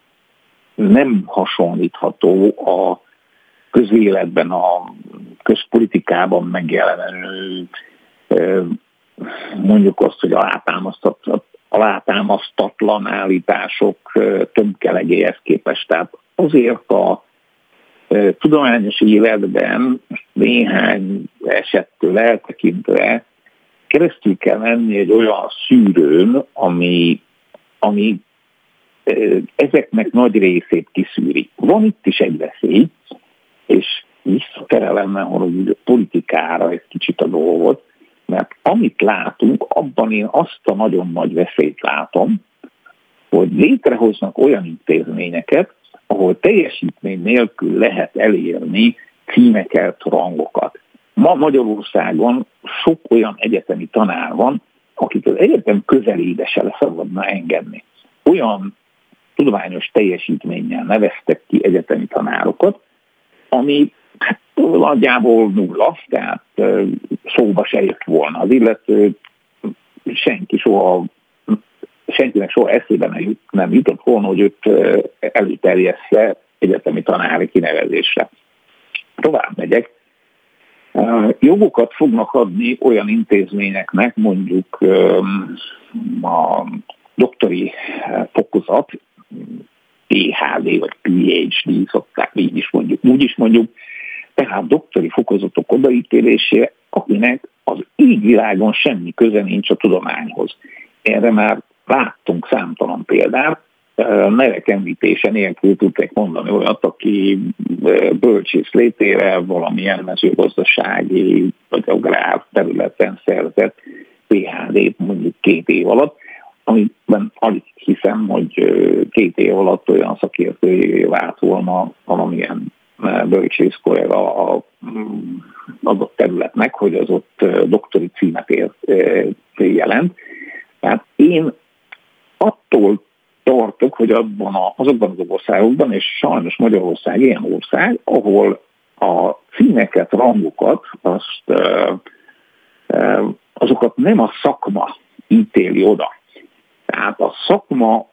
C: nem hasonlítható a közéletben, a közpolitikában megjelenő, mondjuk azt, hogy alátámasztatlan állítások tömkelegéhez képest. Tehát azért a tudományos életben néhány esettől eltekintve keresztül kell menni egy olyan szűrőn, ami ezeknek nagy részét kiszűri. Van itt is egy veszély, és visszaterelem hogy a politikára egy kicsit a dolgot, mert amit látunk, abban én azt a nagyon nagy veszélyt látom, hogy létrehoznak olyan intézményeket, ahol teljesítmény nélkül lehet elérni címeket, rangokat. Ma Magyarországon sok olyan egyetemi tanár van, akit az egyetem közelébe se szabadna engedni. Olyan tudományos teljesítménnyel neveztek ki egyetemi tanárokat, ami nagyjából nulla, tehát szóba se jött volna. Az illető senkinek soha eszébe nem jutott volna, hogy őt előterjessze egyetemi tanári kinevezésre. Tovább megyek. Jogokat fognak adni olyan intézményeknek, mondjuk a doktori fokozat, PhD vagy PhD szokták, így is mondjuk, úgy is mondjuk, tehát doktori fokozatok odaítélésére, akinek az égvilágon semmi köze nincs a tudományhoz. Erre már láttunk számtalan példát, nevek említése nélkül tudták mondani olyat, aki bölcsész létére valamilyen mezőgazdasági vagy agrár területen szerzett PhD-t mondjuk 2 év alatt, amiben alig hiszem, hogy 2 év alatt olyan szakértői vált volna valamilyen bölcsész kollega a adott területnek, hogy az ott doktori címet jelent. Tehát én attól tartok, hogy azokban az országokban, és sajnos Magyarország ilyen ország, ahol a címeket, rangokat, azokat nem a szakma ítéli oda. Tehát a szakma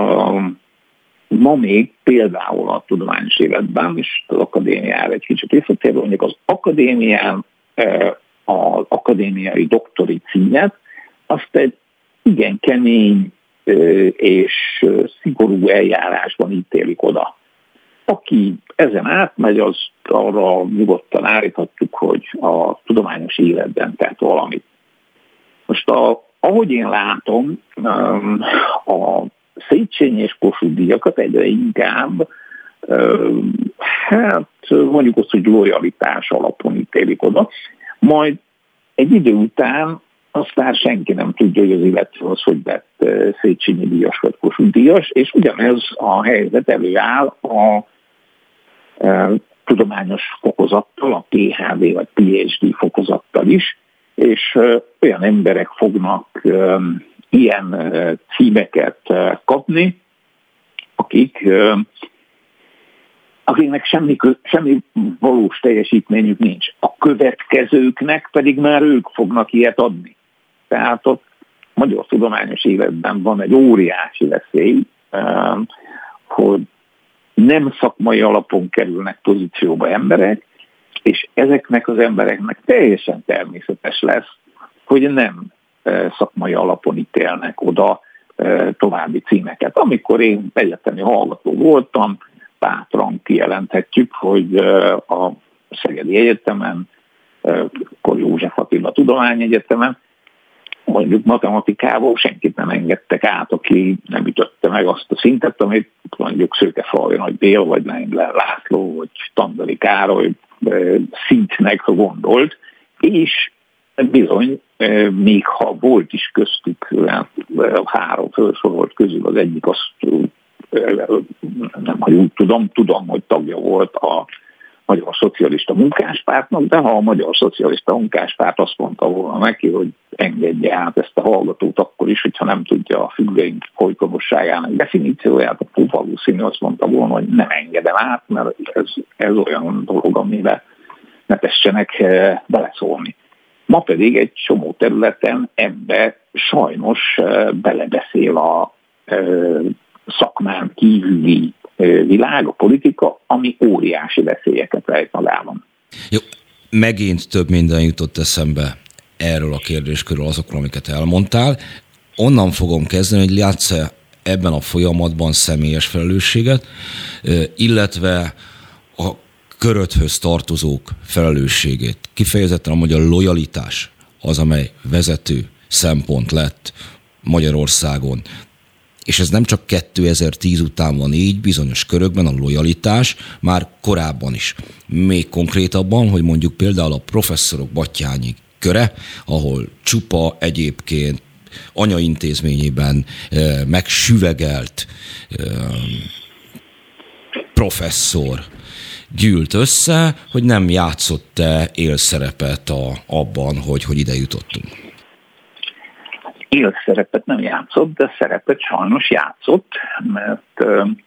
C: ma még például a tudományos életben, és az akadémiára egy kicsit visszatérve, mondjuk az akadémián az akadémiai doktori címet, azt egy igen kemény és szigorú eljárásban ítélik oda. Aki ezen átmegy, az arra nyugodtan állíthatjuk, hogy a tudományos életben tett valamit. Most ahogy én látom, a Széchenyi és Kossuth díjakat egyre inkább, mondjuk azt, hogy lojalitás alapon ítélik oda, majd egy idő után aztán senki nem tudja, hogy az illető az, hogy lett Széchenyi díjas vagy Kossuth díjas, és ugyanez a helyzet előáll a tudományos fokozattal, a PhD vagy PhD fokozattal is, és olyan emberek fognak ilyen címeket kapni, akiknek semmi valós teljesítményük nincs. A következőknek pedig már ők fognak ilyet adni. Tehát ott magyar tudományos életben van egy óriási veszély, hogy nem szakmai alapon kerülnek pozícióba emberek, és ezeknek az embereknek teljesen természetes lesz, hogy nem szakmai alapon ítélnek oda további címeket. Amikor én egyetemi hallgató voltam, bátran kijelenthetjük, hogy a Szegedi Egyetemen, akkor József Attila Tudományegyetemen, mondjuk matematikával senkit nem engedtek át, aki nem ütötte meg azt a szintet, amit mondjuk Szőkefalvi Nagy Béla, vagy Lenglen László, vagy Tandali Károly szintnek gondolt, és bizony, még ha volt is köztük 3 felsorolt közül az egyik, azt nem, hogy úgy tudom, hogy tagja volt a Magyar Szocialista Munkáspártnak, de ha a Magyar Szocialista Munkáspárt azt mondta volna neki, hogy engedje át ezt a hallgatót akkor is, hogyha nem tudja a függvény folytonosságának definícióját, akkor valószínű azt mondta volna, hogy nem engedem át, mert ez olyan dolog, amiben ne tessenek beleszólni. Ma pedig egy csomó területen ebbe sajnos belebeszél a szakmán kívüli világ, a politika, ami óriási veszélyeket rejt magában.
B: Jó, megint több minden jutott eszembe erről a kérdéskörről, azokról, amiket elmondtál. Onnan fogom kezdeni, hogy látsz-e ebben a folyamatban személyes felelősséget, illetve a körödhöz tartozók felelősségét. Kifejezetten a magyar lojalitás az, amely vezető szempont lett Magyarországon. És ez nem csak 2010 után van így, bizonyos körökben a lojalitás már korábban is. Még konkrétabban, hogy mondjuk például a professzorok Batthyány köre, ahol csupa egyébként anyaintézményében megsüvegelt professzor gyűlt össze, hogy nem játszott-e élszerepet abban, hogy ide jutottunk.
C: Élszerepet nem játszott, de szerepet sajnos játszott, mert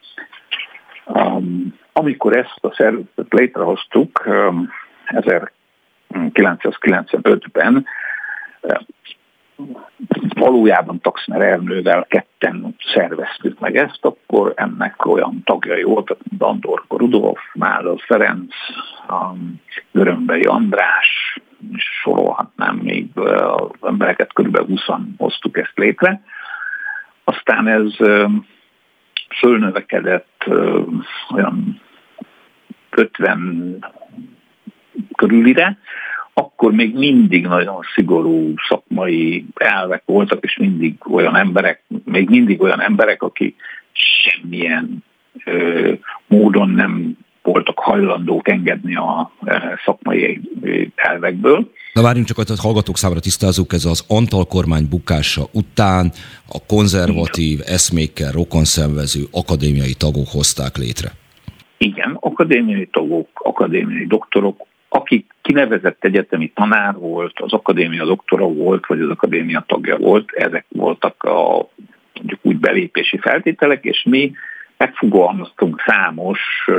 C: amikor ezt a szervezetet létrehoztuk 1995-ben, valójában Taxner Ernővel ketten szerveztük meg ezt, akkor ennek olyan tagjai voltak, mint Andorko Rudolf, Mállal Ferenc, Görömbei András, és sorolhatnám még az embereket, körülbelül 20-an hoztuk ezt létre. Aztán ez fölnövekedett olyan 50 körülire, akkor még mindig nagyon szigorú szakmai elvek voltak, és még mindig olyan emberek, akik semmilyen módon nem voltak hajlandók engedni a szakmai elvekből.
B: Na várjunk csak, hogy a hallgatók számára tisztázzuk, ez az Antall kormány bukása után a konzervatív eszmékkel rokonszenvező akadémiai tagok hozták létre.
C: Igen, akadémiai tagok, akadémiai doktorok, aki kinevezett egyetemi tanár volt, az akadémia doktora volt, vagy az akadémia tagja volt, ezek voltak a mondjuk úgy belépési feltételek, és mi megfogalmaztunk számos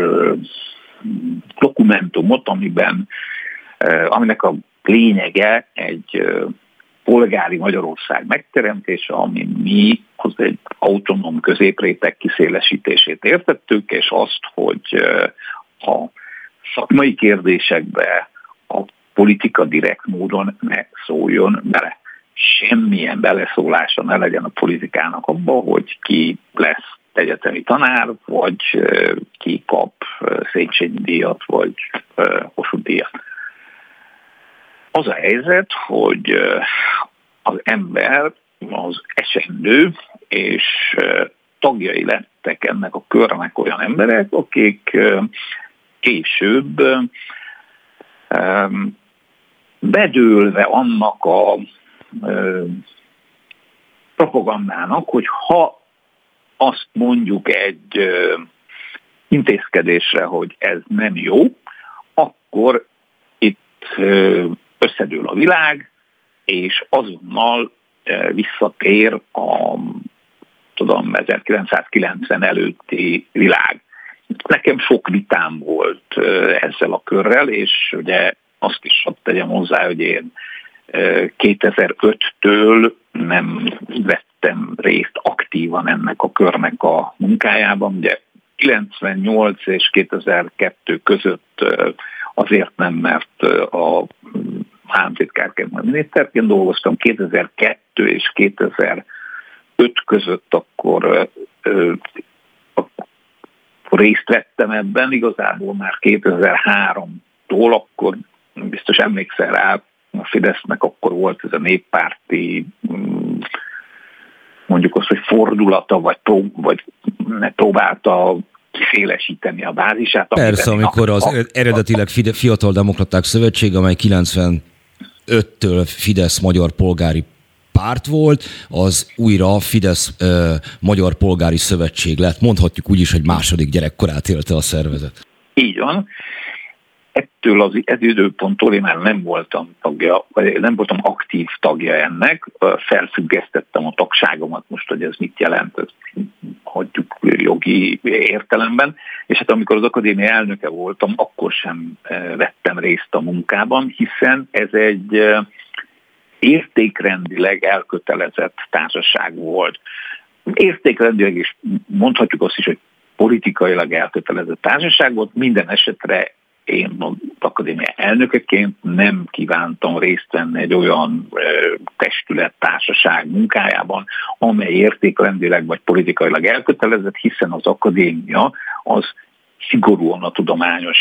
C: dokumentumot, aminek a lényege egy polgári Magyarország megteremtése, ami mi az egy autonóm középréteg kiszélesítését értettük, és azt, hogy a szakmai kérdésekbe a politika direkt módon ne szóljon bele. Semmilyen beleszólása ne legyen a politikának abba, hogy ki lesz egyetemi tanár, vagy ki kap Széchenyi díjat, vagy Kossuth díjat. Az a helyzet, hogy az ember az esendő, és tagjai lettek ennek a körnek olyan emberek, akik később bedőlve annak a propagandának, hogy ha azt mondjuk egy intézkedésre, hogy ez nem jó, akkor itt összedől a világ, és azonnal visszatér a 1990 előtti világ. Nekem sok vitám volt ezzel a körrel, és ugye azt is hadd tegyem hozzá, hogy én 2005-től nem vettem részt aktívan ennek a körnek a munkájában. Ugye 98 és 2002 között azért nem, mert a államtitkárként, majd miniszterként dolgoztam, 2002 és 2005 között akkor részt vettem ebben, igazából már 2003-tól, akkor biztos emlékszel rá, a Fidesznek akkor volt ez a néppárti, mondjuk azt, hogy fordulata, vagy próbálta kiszélesíteni a bázisát.
B: Persze, amikor az eredetileg Fiatal Demokraták Szövetség, amely 95-től Fidesz Magyar Polgári Párt volt, az újra Fidesz Magyar Polgári Szövetség lett. Mondhatjuk úgy is, hogy második gyerekkorát élte a szervezet.
C: Így van. Ettől az időponttól én már nem voltam tagja, vagy nem voltam aktív tagja ennek, felfüggesztettem a tagságomat most, hogy ez mit jelent, ezt hagyjuk jogi értelemben, és hát amikor az akadémia elnöke voltam, akkor sem vettem részt a munkában, hiszen ez egy értékrendileg elkötelezett társaság volt. Értékrendileg is mondhatjuk azt is, hogy politikailag elkötelezett társaság volt, minden esetre én az akadémia elnökeként nem kívántam részt venni egy olyan testület, társaság munkájában, amely értékrendileg vagy politikailag elkötelezett, hiszen az akadémia az szigorúan a tudományos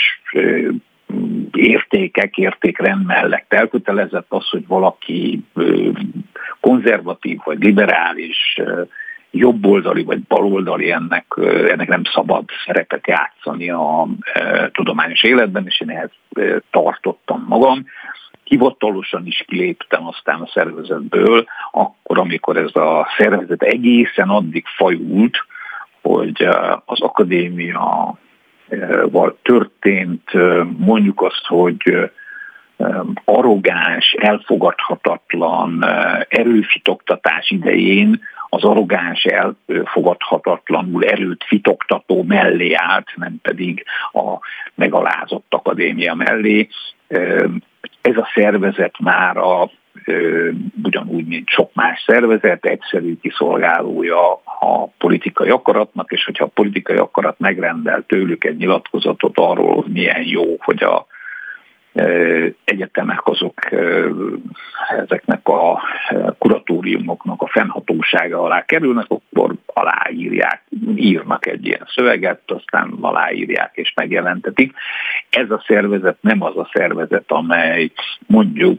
C: értékrend mellett elkötelezett. Az, hogy valaki konzervatív vagy liberális, jobboldali vagy baloldali, ennek nem szabad szerepet játszani a tudományos életben, és én ehhez tartottam magam. Hivatalosan is kiléptem aztán a szervezetből, akkor, amikor ez a szervezet egészen addig fajult, hogy az akadémia történt, mondjuk azt, hogy arrogáns, elfogadhatatlan erőfitoktatás idején az arrogáns, elfogadhatatlanul erőt fitoktató mellé állt, nem pedig a megalázott akadémia mellé. Ez a szervezet már a ugyanúgy, mint sok más szervezet, egyszerű kiszolgálója a politikai akaratnak, és hogyha a politikai akarat megrendel tőlük egy nyilatkozatot arról, hogy milyen jó, hogy a egyetemek azok ezeknek a kuratóriumoknak a fennhatósága alá kerülnek, akkor írnak egy ilyen szöveget, aztán aláírják és megjelentetik. Ez a szervezet nem az a szervezet, amely mondjuk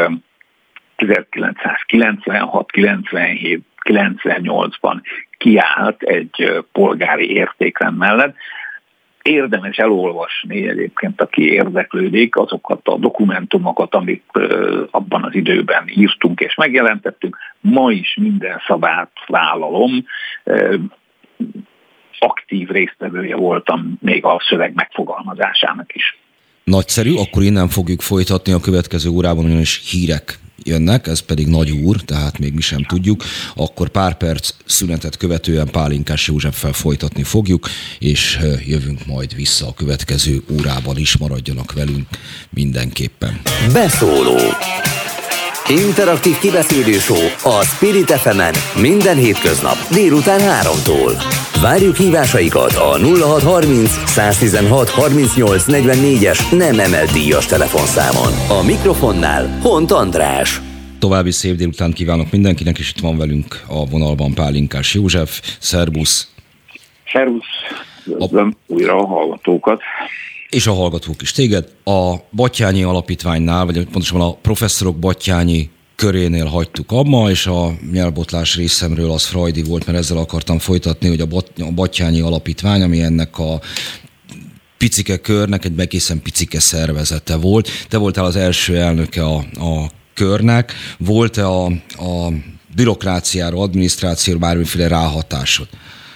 C: 1996, 97, 98-ban kiállt egy polgári értékrend mellett. Érdemes elolvasni egyébként, aki érdeklődik, azokat a dokumentumokat, amit abban az időben írtunk és megjelentettünk. Ma is minden szavát vállalom. Aktív résztvevője voltam még a szöveg megfogalmazásának is.
B: Nagyszerű, akkor innen fogjuk folytatni a következő órában, ugyanis hírek jönnek, ez pedig nagy úr, tehát még mi sem tudjuk, akkor pár perc szünetet követően Pálinkás Józseffel folytatni fogjuk, és jövünk majd vissza a következő órában is, maradjanak velünk mindenképpen.
A: Beszóló. Interaktív kibeszélő show a Spirit FM-en minden hétköznap délután 3-tól. Várjuk hívásaikat a 0630 116 38 44-es nem emelt díjas telefonszámon. A mikrofonnál Hont András.
B: További szép délután kívánok mindenkinek, és itt van velünk a vonalban Pálinkás József. Szerbusz!
C: Szervusz! Üdvözlöm újra a hallgatókat!
B: És a hallgatók is téged. A Batthyány Alapítványnál, vagy pontosabban a professzorok Batthyány körénél hagytuk abba, és a nyelvbotlás részemről az frajdi volt, mert ezzel akartam folytatni, hogy a Batthyány Alapítvány, ami ennek a picike körnek egy egészen picike szervezete volt. Te voltál az első elnöke a körnek. Volt-e a bürokráciára, adminisztrációra bármiféle ráhatásod?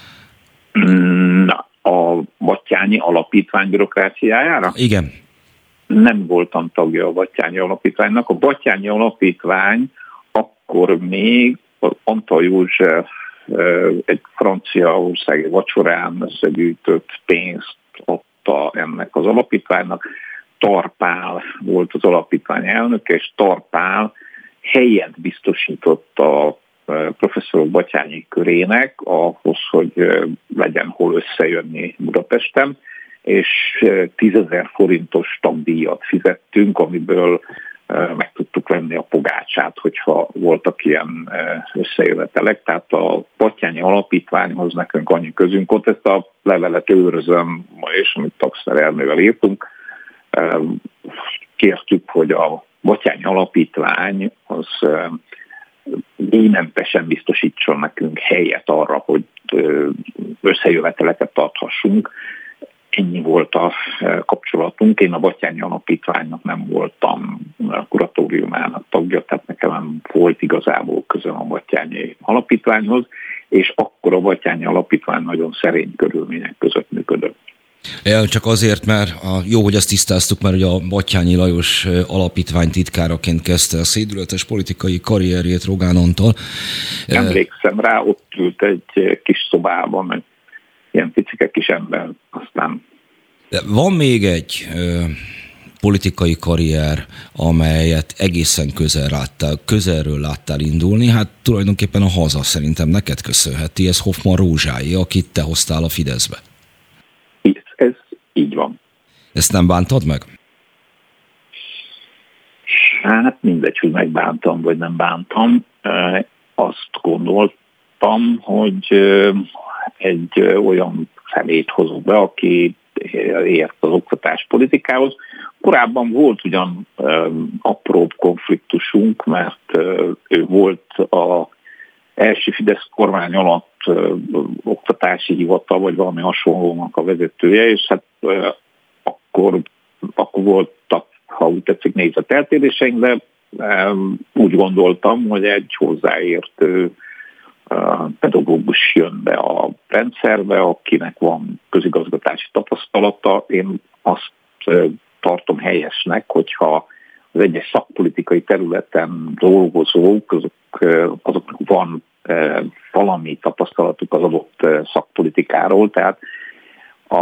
C: A Batthyány Alapítvány bürokráciájára?
B: Igen.
C: Nem voltam tagja a Batthyány Alapítványnak. A Batthyány Alapítvány akkor még Antal József egy franciaországi vacsorán összegyűjtött pénzt adta ennek az alapítványnak. Tarpál volt az alapítvány elnöke, és Tarpál helyet biztosított a professzorok Batthyányi körének ahhoz, hogy legyen hol összejönni Budapesten, és 10 000 forintos tagdíjat fizettünk, amiből meg tudtuk venni a pogácsát, hogyha voltak ilyen összejövetelek. Tehát a Batthyányi Alapítványhoz nekünk annyi közünk ott, ezt a levelet őrözöm ma is, amit Taxner írtunk. Kértük, hogy a Batthyányi Alapítvány az díjmentesen biztosítson nekünk helyet arra, hogy összejöveteleket tarthassunk. Ennyi volt a kapcsolatunk. Én a Batthyány Alapítványnak nem voltam a kuratóriumának tagja, tehát nekem nem volt igazából közöm a Batthyányi Alapítványhoz, és akkor a Batthyányi Alapítvány nagyon szerény körülmények között működött.
B: Csak azért, mert jó, hogy ezt tisztáztuk, mert ugye a Batthyányi Lajos Alapítvány titkáraként kezdte a szédületes politikai karrierjét Rogán Antal.
C: Emlékszem rá, ott ült egy kis szobában, egy ilyen picike kis ember, aztán...
B: De van még egy politikai karrier, amelyet egészen közelről láttál indulni, hát tulajdonképpen a haza szerintem neked köszönheti, ez Hoffmann Rózsáé, akit te hoztál a Fideszbe.
C: Ez így van.
B: Ezt nem bántad meg?
C: Hát mindegy, hogy megbántam, vagy nem bántam. Azt gondoltam, hogy egy olyan személyt hozok be, aki ért az oktatáspolitikához. Korábban volt ugyan apróbb konfliktusunk, mert ő volt az első Fidesz kormány alatt oktatási hivatal, vagy valami hasonlónak a vezetője, és hát akkor voltak, ha úgy tetszik, nézeteltéréseink, de úgy gondoltam, hogy egy hozzáértő pedagógus jön be a rendszerbe, akinek van közigazgatási tapasztalata. Én azt tartom helyesnek, hogyha az egyes szakpolitikai területen dolgozók, azoknak van valami tapasztalatuk az adott szakpolitikáról, tehát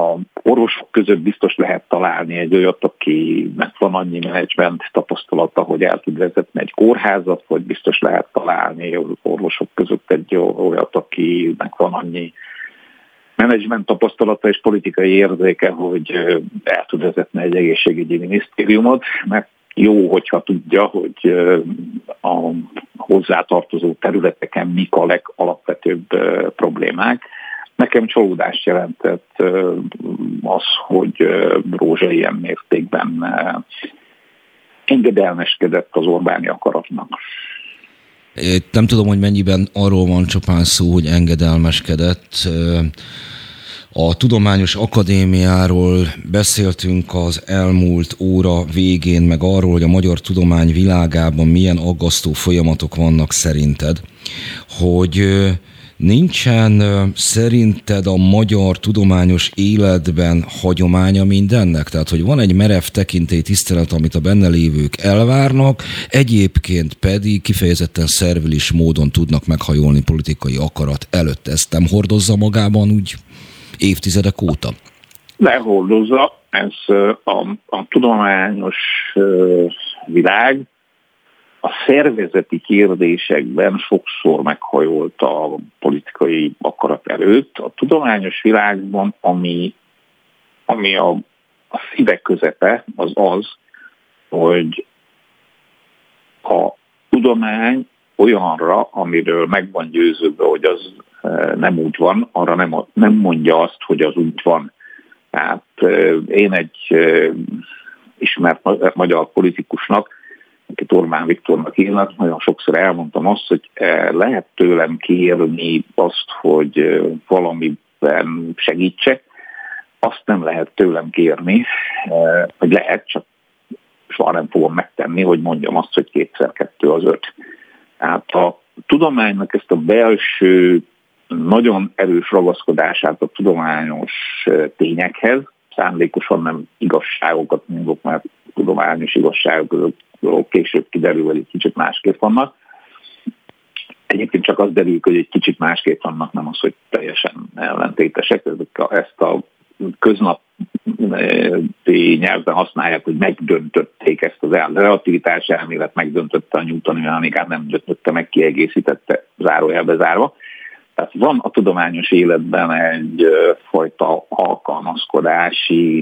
C: orvosok között biztos lehet találni egy olyat, akinek van annyi menedzsment tapasztalata, hogy el tud vezetni egy kórházat, vagy biztos lehet találni orvosok között egy olyat, akinek van annyi menedzsment tapasztalata és politikai érzéke, hogy el tud vezetni egy egészségügyi minisztériumot, mert jó, hogyha tudja, hogy a hozzátartozó területeken mik a legalapvetőbb problémák. Nekem csalódást jelentett az, hogy Rózsa ilyen mértékben engedelmeskedett az Orbáni akaratnak.
B: Nem tudom, hogy mennyiben arról van csupán szó, hogy engedelmeskedett. A Tudományos Akadémiáról beszéltünk az elmúlt óra végén, meg arról, hogy a magyar tudomány világában milyen aggasztó folyamatok vannak szerinted, hogy nincsen szerinted a magyar tudományos életben hagyománya mindennek? Tehát, hogy van egy merev tekintélytisztelet, amit a benne lévők elvárnak, egyébként pedig kifejezetten szervilis módon tudnak meghajolni politikai akarat előtt. Ezt nem hordozza magában úgy évtizedek óta?
C: Lehordozza. Ez a tudományos világ a szervezeti kérdésekben sokszor meghajolt a politikai akarat előtt. A tudományos világban, ami a szíve közepe, az, hogy a tudomány olyanra, amiről meg van győződve, hogy az nem úgy van, arra nem mondja azt, hogy az úgy van. Tehát én egy ismert magyar politikusnak, akit Orbán Viktornak hívnak, nagyon sokszor elmondtam azt, hogy lehet tőlem kérni azt, hogy valamiben segítsek, azt nem lehet tőlem kérni, hogy lehet, csak soha nem fogom megtenni, hogy mondjam azt, hogy 2x2 az 5. Tehát a tudománynak ezt a belső, nagyon erős ragaszkodását a tudományos tényekhez, szándékosan nem igazságokat mondok, mert tudományos igazságok között később kiderül, hogy egy kicsit másképp vannak. Egyébként csak az derül, hogy egy kicsit másképp vannak, nem az, hogy teljesen ellentétesek. Ezt a köznapi nyelvben használják, hogy megdöntötték ezt az relativitás elmélet, megdöntötte a newtoni mechanikát, nem döntötte meg, kiegészítette, zárójelbe zárva. Tehát van a tudományos életben egy fajta alkalmazkodási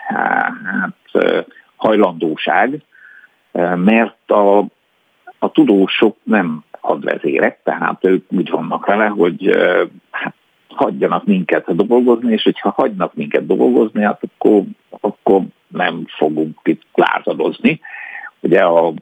C: hajlandóság, mert a tudósok nem hadvezérek, tehát ők úgy vannak vele, hogy hagyjanak minket dolgozni, és hogyha hagynak minket dolgozni, hát akkor nem fogunk itt lázadozni. Ugye a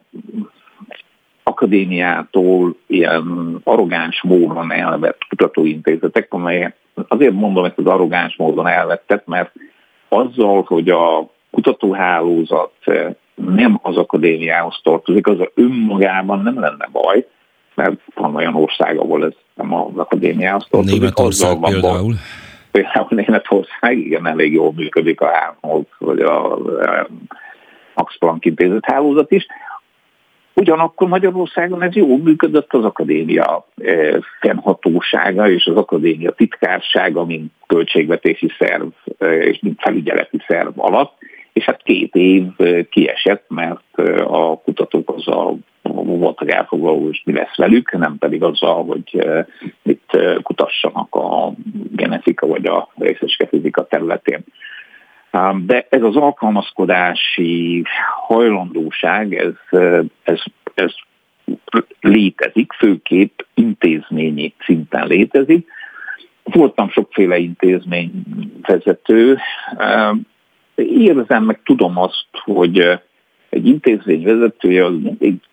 C: akadémiától ilyen arrogáns módon elvett kutatóintézetek, amelyek azért mondom ezt az arrogáns módon elvettek, mert azzal, hogy a kutatóhálózat nem az akadémiához tartozik, az önmagában nem lenne baj, mert van olyan ország, ahol ez nem az akadémiához tartozik.
B: Németország például.
C: Például Németország, igen, elég jól működik a Helmholtz vagy a Max Planck intézet hálózat is. Ugyanakkor Magyarországon ez jól működött az akadémia fennhatósága és az akadémia titkársága, mint költségvetési szerv és mint felügyeleti szerv alatt, és hát 2 év kiesett, mert a kutatók azzal voltak elfoglalva, és mi lesz velük, nem pedig azzal, hogy itt kutassanak a genetika vagy a részecske fizika területén. De ez az alkalmazkodási hajlandóság, ez létezik, főképp intézményi szinten létezik. Voltam sokféle intézményvezető. Érzem, meg tudom azt, hogy egy intézményvezetője az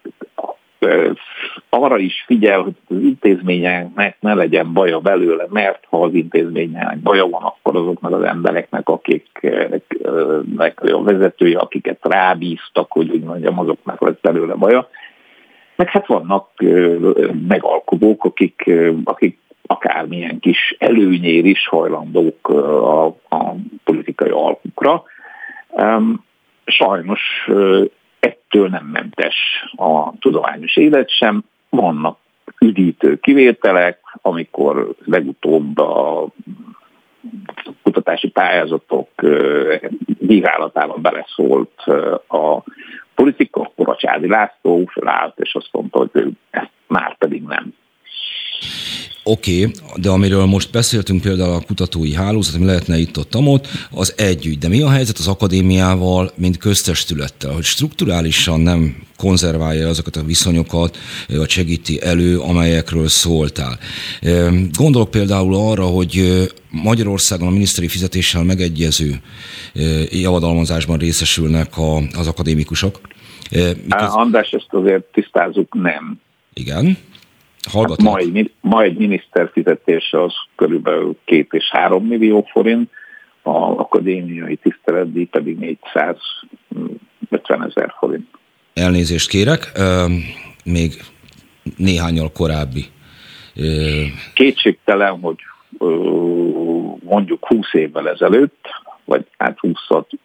C: arra is figyel, hogy az intézményeknek ne legyen baja belőle, mert ha az intézményeknek baja van, akkor azoknak az embereknek, akiknek a vezetője, akiket rábíztak, hogy úgy mondjam, azoknak lesz belőle baja. Meg hát vannak megalkuvók, akik akármilyen kis előnyér is hajlandók a politikai alkukra. Sajnos ettől nem mentes a tudományos élet sem. Vannak üdítő kivételek, amikor legutóbb kutatási pályázatok bírálatában beleszólt a politika, akkor a Csádi László felállt, és azt mondta, hogy ő ezt már pedig nem.
B: Oké, de amiről most beszéltünk, például a kutatói hálózat, ami lehetne itt-ott, az egy ügy. De mi a helyzet az akadémiával, mint köztestülettel, hogy strukturálisan nem konzerválja azokat a viszonyokat, vagy segíti elő, amelyekről szóltál. Gondolok például arra, hogy Magyarországon a miniszteri fizetéssel megegyező javadalmazásban részesülnek az akadémikusok.
C: András, ezt azért tisztázzuk, nem.
B: Igen.
C: Hát ma egy miniszter fizetése az körülbelül 2 és 3 millió forint, az akadémiai tiszteletdíj pedig 450 000 forint.
B: Elnézést kérek, még néhányal korábbi.
C: Kétségtelen, hogy mondjuk 20 évvel ezelőtt, vagy hát 20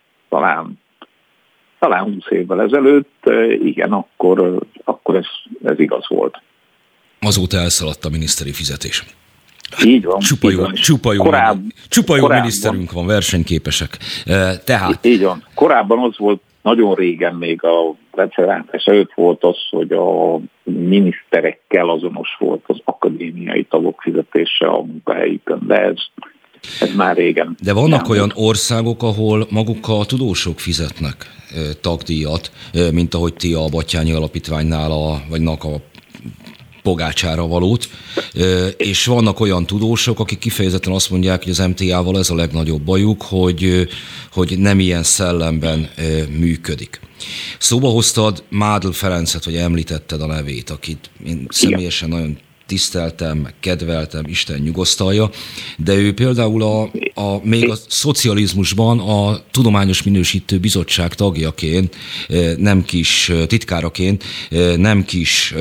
C: talán 20 évvel ezelőtt, igen, akkor ez igaz volt.
B: Azóta elszaladt a miniszteri fizetés.
C: Így van.
B: Csupa jó miniszterünk van, versenyképesek. Tehát.
C: Így van. Korábban az volt, nagyon régen még a rendszerváltás előtt volt az, hogy a miniszterekkel azonos volt az akadémiai tagok fizetése a munkahelyükön, de ez már régen.
B: De vannak olyan országok, ahol maguk a tudósok fizetnek tagdíjat, mint ahogy ti a Batthyány Alapítványnál vagy a Pogácsára valót, és vannak olyan tudósok, akik kifejezetten azt mondják, hogy az MTA-val ez a legnagyobb bajuk, hogy nem ilyen szellemben működik. Szóba hoztad Mádl Ferencet, vagy említetted a nevét, akit én személyesen nagyon tiszteltem, meg kedveltem, Isten nyugosztalja, de ő például még a szocializmusban a Tudományos Minősítő Bizottság tagjaként, nem kis titkáraként, nem kis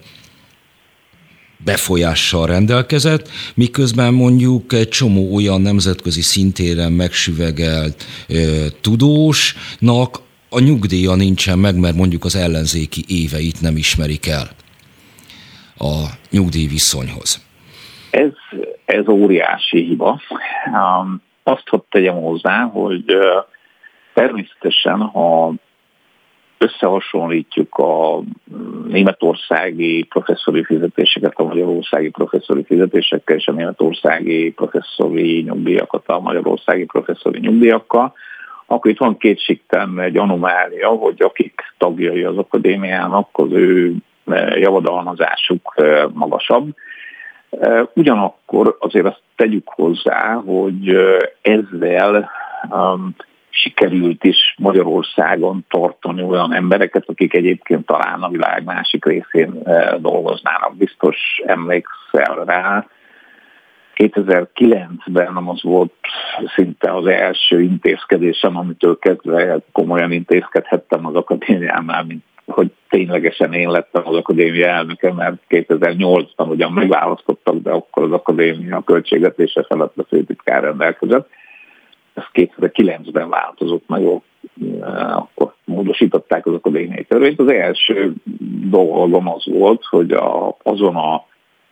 B: befolyással rendelkezett, miközben mondjuk egy csomó olyan nemzetközi szintéren megsüvegelt tudósnak a nyugdíja nincsen meg, mert mondjuk az ellenzéki éveit nem ismerik el a nyugdíjviszonyhoz.
C: Ez óriási hiba. Azt hadd tegyem hozzá, hogy természetesen, ha összehasonlítjuk a németországi professzori fizetéseket a magyarországi professzori fizetésekkel, és a németországi professzori nyugdíjakat a magyarországi professzori nyugdíjakkal, akkor itt van kétségtelen egy anomália, hogy akik tagjai az akadémiának, az ő javadalmazásuk magasabb. Ugyanakkor azért azt tegyük hozzá, hogy ezzel sikerült is Magyarországon tartani olyan embereket, akik egyébként talán a világ másik részén dolgoznának. Biztos emlékszel rá, 2009-ben az volt szinte az első intézkedésem, amitől kezdve komolyan intézkedhettem az akadémiánál, mint hogy ténylegesen én lettem az akadémia elnöke, mert 2008-ban ugyan megválasztottak, de akkor az akadémia költségvetése felett a főtitkár rendelkezett. Ez 2009-ben változott meg, akkor módosították az akadémiai törvényt. Az első dolgom az volt, hogy azon a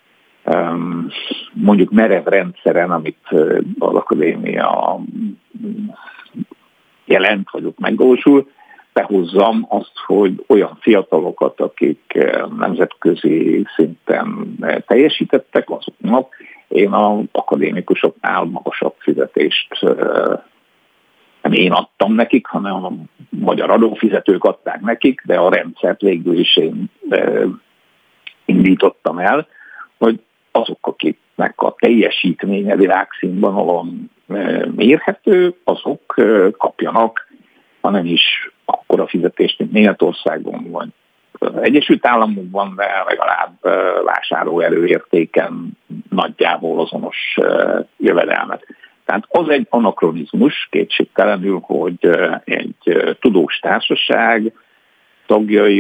C: mondjuk merev rendszeren, amit az akadémia jelent, vagy ott megvalósul, behozzam azt, hogy olyan fiatalokat, akik nemzetközi szinten teljesítettek, azoknak én az akadémikusoknál magasabb fizetést nem én adtam nekik, hanem a magyar adófizetők adták nekik, de a rendszert végül is én indítottam el, hogy azok, akiknek a teljesítménye világszínvonalon mérhető, azok kapjanak, ha nem is akkora fizetést, mint Németországon vagy Egyesült Államokban, de legalább vásárlóerő értéken nagyjából azonos jövedelmet. Tehát az egy anakronizmus kétségtelenül, hogy egy tudós társaság tagjai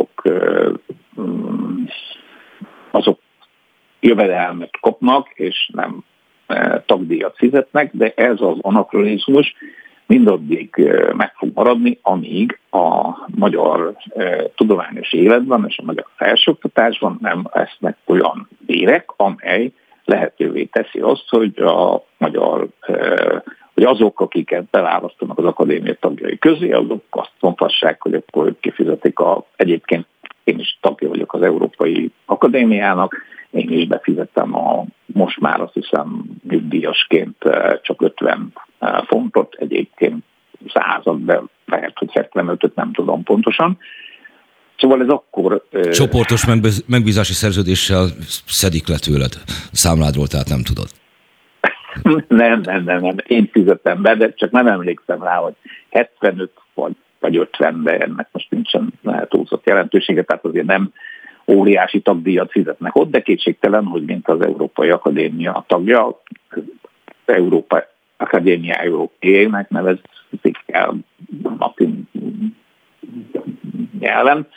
C: azok jövedelmet kapnak, és nem tagdíjat fizetnek, de ez az anakronizmus mindaddig meg fog maradni, amíg a magyar tudományos életben és a magyar felsőoktatásban nem lesznek olyan bérek, amely lehetővé lehetővé teszi azt, hogy a magyar, hogy azok, akiket beválasztanak az akadémia tagjai közé, azok azt mondhassák, hogy akkor kifizetik egyébként én is tagja vagyok az Európai Akadémiának, én is befizettem most már azt hiszem nyugdíjasként csak 50 fontot, egyébként 100, de lehet, hogy 75-öt nem tudom pontosan. Szóval ez akkor...
B: Csoportos megbízási szerződéssel szedik le tőled számládról, tehát nem tudod.
C: Nem. Én fizettem be, de csak nem emlékszem rá, hogy 75 vagy 50, de ennek most nincsen túlzott jelentősége, tehát azért nem óriási tagdíjat fizetnek ott, de kétségtelen, hogy mint az Európai Akadémia tagja, Európai Akadémiájának nevezik el latin nyelven,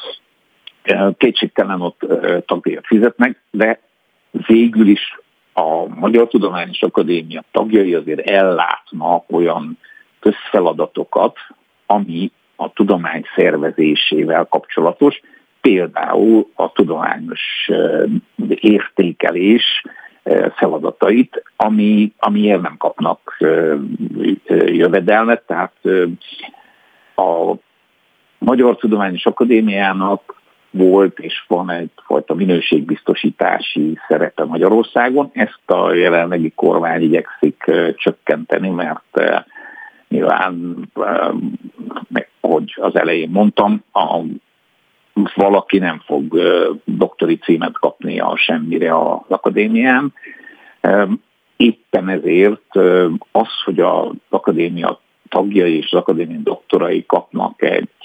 C: kétségtelen ott tagdíjat fizetnek, de végül is a Magyar Tudományos Akadémia tagjai azért ellátnak olyan közfeladatokat, ami a tudomány szervezésével kapcsolatos, például a tudományos értékelés feladatait, amiért nem kapnak jövedelmet, tehát a Magyar Tudományos Akadémiának volt és van egyfajta minőségbiztosítási szerepe Magyarországon. Ezt a jelenlegi kormány igyekszik csökkenteni, mert nyilván, hogy az elején mondtam, valaki nem fog doktori címet kapni semmire az akadémián. Éppen ezért az, hogy az akadémia tagjai és az akadémia doktorai kapnak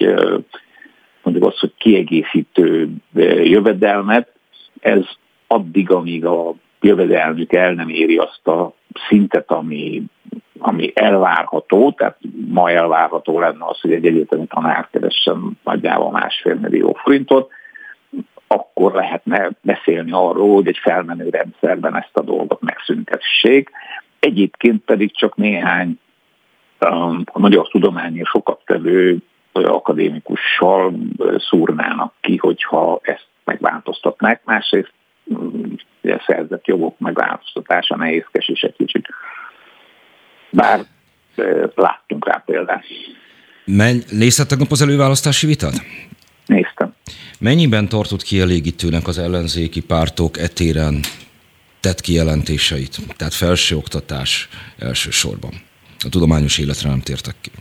C: mondjuk azt, hogy kiegészítő jövedelmet, ez addig, amíg a jövedelmük el nem éri azt a szintet, ami elvárható, tehát ma elvárható lenne az, hogy egy egyetemi tanár keressen nagyjából 1,5 millió forintot, akkor lehetne beszélni arról, hogy egy felmenő rendszerben ezt a dolgot megszüntessék. Egyébként pedig csak néhány a magyar tudományi sokat tevő akadémikussal szúrnának ki, hogyha ezt megváltoztatnák. Másrészt a szerzett jogok megváltoztatása nehézkes is egy kicsit. Bár láttunk rá példát.
B: Nézted tegnap az előválasztási vitát?
C: Néztem.
B: Mennyiben tartott kielégítőnek az ellenzéki pártok etéren tett kijelentéseit? Tehát felsőoktatás elsősorban. A tudományos életre nem tértek ki.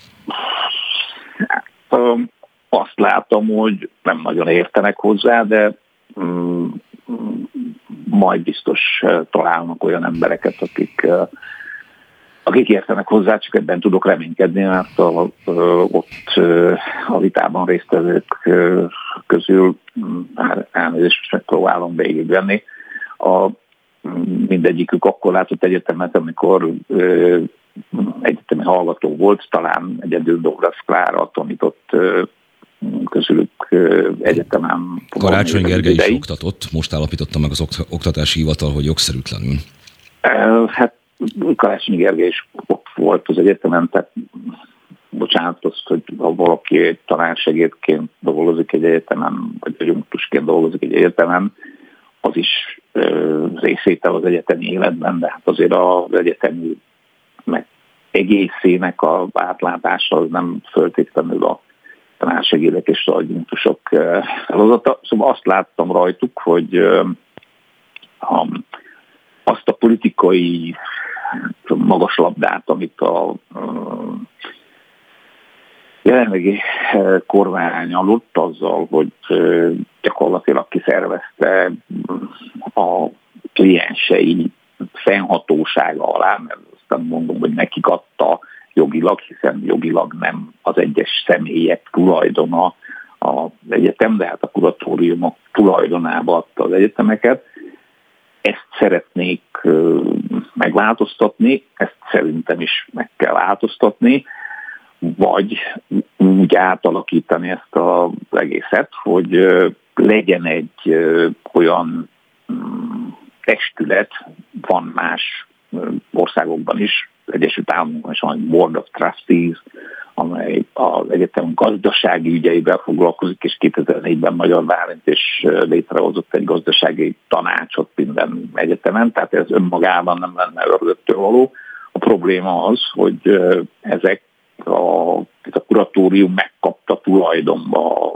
C: Azt látom, hogy nem nagyon értenek hozzá, de majd biztos találnak olyan embereket, akik értenek hozzá, csak ebben tudok reménykedni, mert ott a vitában résztvevők közül elnézést megpróbálom végigvenni. Mindegyikük akkor látott egyetemet, amikor egyetemi hallgató volt, talán egyedül Douglas Klára tanított közülük egyetemen.
B: Karácsony Gergely is oktatott, most állapította meg az oktatási hivatal, hogy jogszerűtlenül.
C: Hát Karácsony Gergely is ott volt az egyetemen, tehát bocsánat, azt, hogy ha valaki egy tanársegédként dolgozik egy egyetemen, vagy adjunktusként dolgozik egy egyetemen, az is részétel az egyetemi életben, de hát azért az egyetemi meg egészének az átlátása az nem föltétlenül a tanársegédek és az adjunktusok feladata. Szóval azt láttam rajtuk, hogy azt a politikai magaslabdát, amit a jelenlegi kormány aludt azzal, hogy gyakorlatilag kiszervezte a kliensei fennhatósága alá, mert aztán mondom, hogy nekik adta jogilag, hiszen jogilag nem az egyes személyek tulajdona az egyetem, de hát a kuratóriumok tulajdonába adta az egyetemeket. Ezt szeretnék megváltoztatni, ezt szerintem is meg kell változtatni, vagy úgy átalakítani ezt az egészet, hogy legyen egy olyan testület, van más országokban is, Egyesült Államokban is van egy Board of Trustees, amely az egyetem gazdasági ügyeivel foglalkozik, és 2004-ben Magyar Bálint is létrehozott egy gazdasági tanácsot minden egyetemen, tehát ez önmagában nem lenne örömtől való. A probléma az, hogy ezek a kuratórium megkapta tulajdonba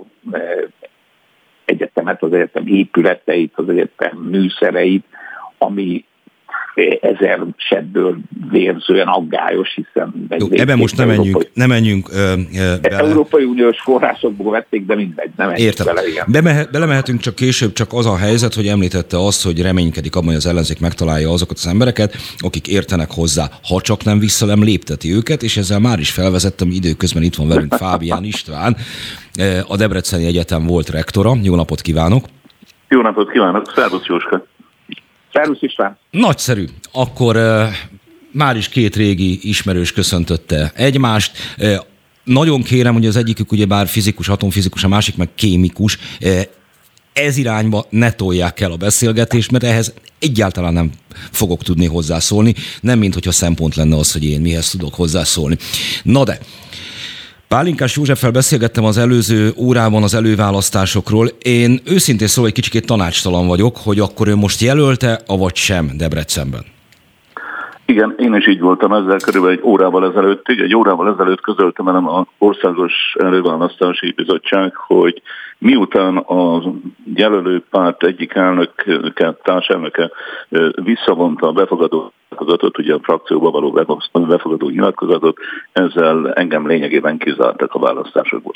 C: egyetemet, az egyetem épületeit, az egyetem műszereit, ami ezer sebből vérzően aggályos, hiszen...
B: Ebben most nem menjünk bele.
C: Európai Uniós forrásokból vették, de mindegy, nem menjünk bele, igen.
B: Belemehetünk csak később, csak az a helyzet, hogy említette azt, hogy reménykedik abban, hogy az ellenzék megtalálja azokat az embereket, akik értenek hozzá, ha csak nem lépteti őket, és ezzel már is felvezettem, időközben itt van velünk Fábián István, a Debreceni Egyetem volt rektora. Jó napot kívánok!
D: Jó napot kívánok! Szervusz Jóska!
C: Szervusz István!
B: Nagyszerű. Akkor már is két régi ismerős köszöntötte egymást. Nagyon kérem, hogy az egyikük ugyebár fizikus, atomfizikus, a másik meg kémikus. Ez irányba ne tolják el a beszélgetést, mert ehhez egyáltalán nem fogok tudni hozzászólni. Nem minthogyha szempont lenne az, hogy én mihez tudok hozzászólni. Na de... Pálinkás Józseffel beszélgettem az előző órában az előválasztásokról. Én őszintén szólva egy kicsikét tanácstalan vagyok, hogy akkor ő most jelölte, avagy sem Debrecenben.
D: Igen, én is így voltam ezzel körülbelül egy órával ezelőtt közöltem velem az Országos Előválasztási Bizottság, hogy miután a jelölő párt egyik elnöke, társelnöke visszavonta a befogadó nyilatkozatot, ugye a frakcióba való befogadó nyilatkozatot, ezzel engem lényegében kizártak a választásokból.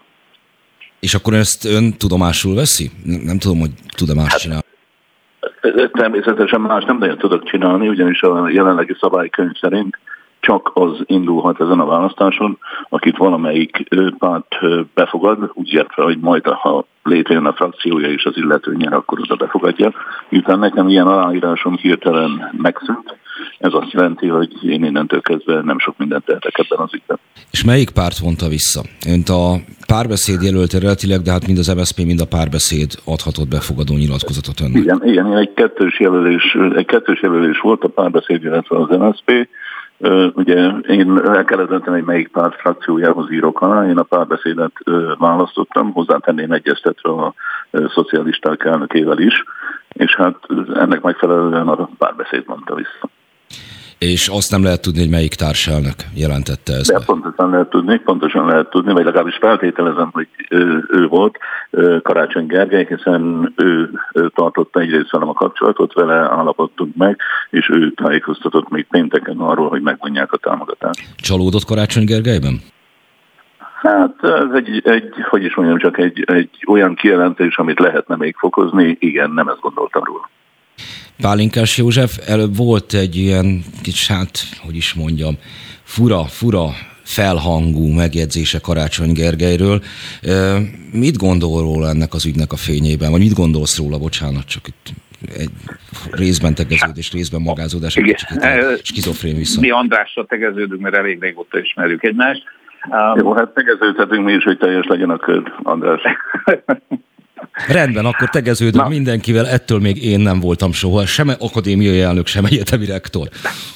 B: És akkor ezt ön tudomásul veszi? Nem tudom, hogy tud-e más csinálni.
D: Természetesen más nem nagyon tudok csinálni, ugyanis a jelenlegi szabálykönyv szerint csak az indulhat ezen a választáson, akit valamelyik párt befogad, úgy értve, hogy majd ha létrejön a frakciója és az illető nyer, akkor oda befogadja. Miután nekem ilyen aláírásom hirtelen megszűnt, ez azt jelenti, hogy én innentől kezdve nem sok mindent tehetek ebben az ügyben.
B: És melyik párt vonta vissza? Önt a Párbeszéd jelölte eredetileg, de hát mind az MSZP, mind a Párbeszéd adhatott befogadó nyilatkozatot önnek.
D: Igen, egy kettős jelölés volt a Párbeszéd, illetve az MSZP. Ugye én el kellett dönteni, hogy melyik párt frakciójához írok alá, én a Párbeszédet választottam, hozzátenném egyeztetve a szocialisták elnökével is, és hát ennek megfelelően a Párbeszéd mondta vissza.
B: És azt nem lehet tudni, hogy melyik társelnök jelentette ezt.
D: De pontosan lehet tudni, vagy legalábbis feltételezem, hogy ő volt, Karácsony Gergely, hiszen ő tartotta egyrészt velem a kapcsolatot, vele állapodtunk meg, és ő tájékoztatott még pénteken arról, hogy megvonják a támogatást. Csalódott
B: Karácsony Gergelyben?
D: Hát ez egy olyan kijelentés, amit lehetne még fokozni, igen, nem ezt gondoltam róla.
B: Pálinkás József, előbb volt egy ilyen kicsit, fura felhangú megjegyzése Karácsony Gergelyről. Mit gondol róla ennek az ügynek a fényében? Vagy mit gondolsz róla, bocsánat, csak itt egy részben tegeződés, részben magázódás, egy kicsit skizofrén viszont.
C: Mi Andrással tegeződünk, mert elég régóta ismerjük egymást.
D: Jó, hát tegeződhetünk mi is, hogy teljes legyen a kör, András.
B: Rendben, akkor tegeződünk mindenkivel, ettől még én nem voltam soha, sem akadémiai elnök, sem egyetemi rektor.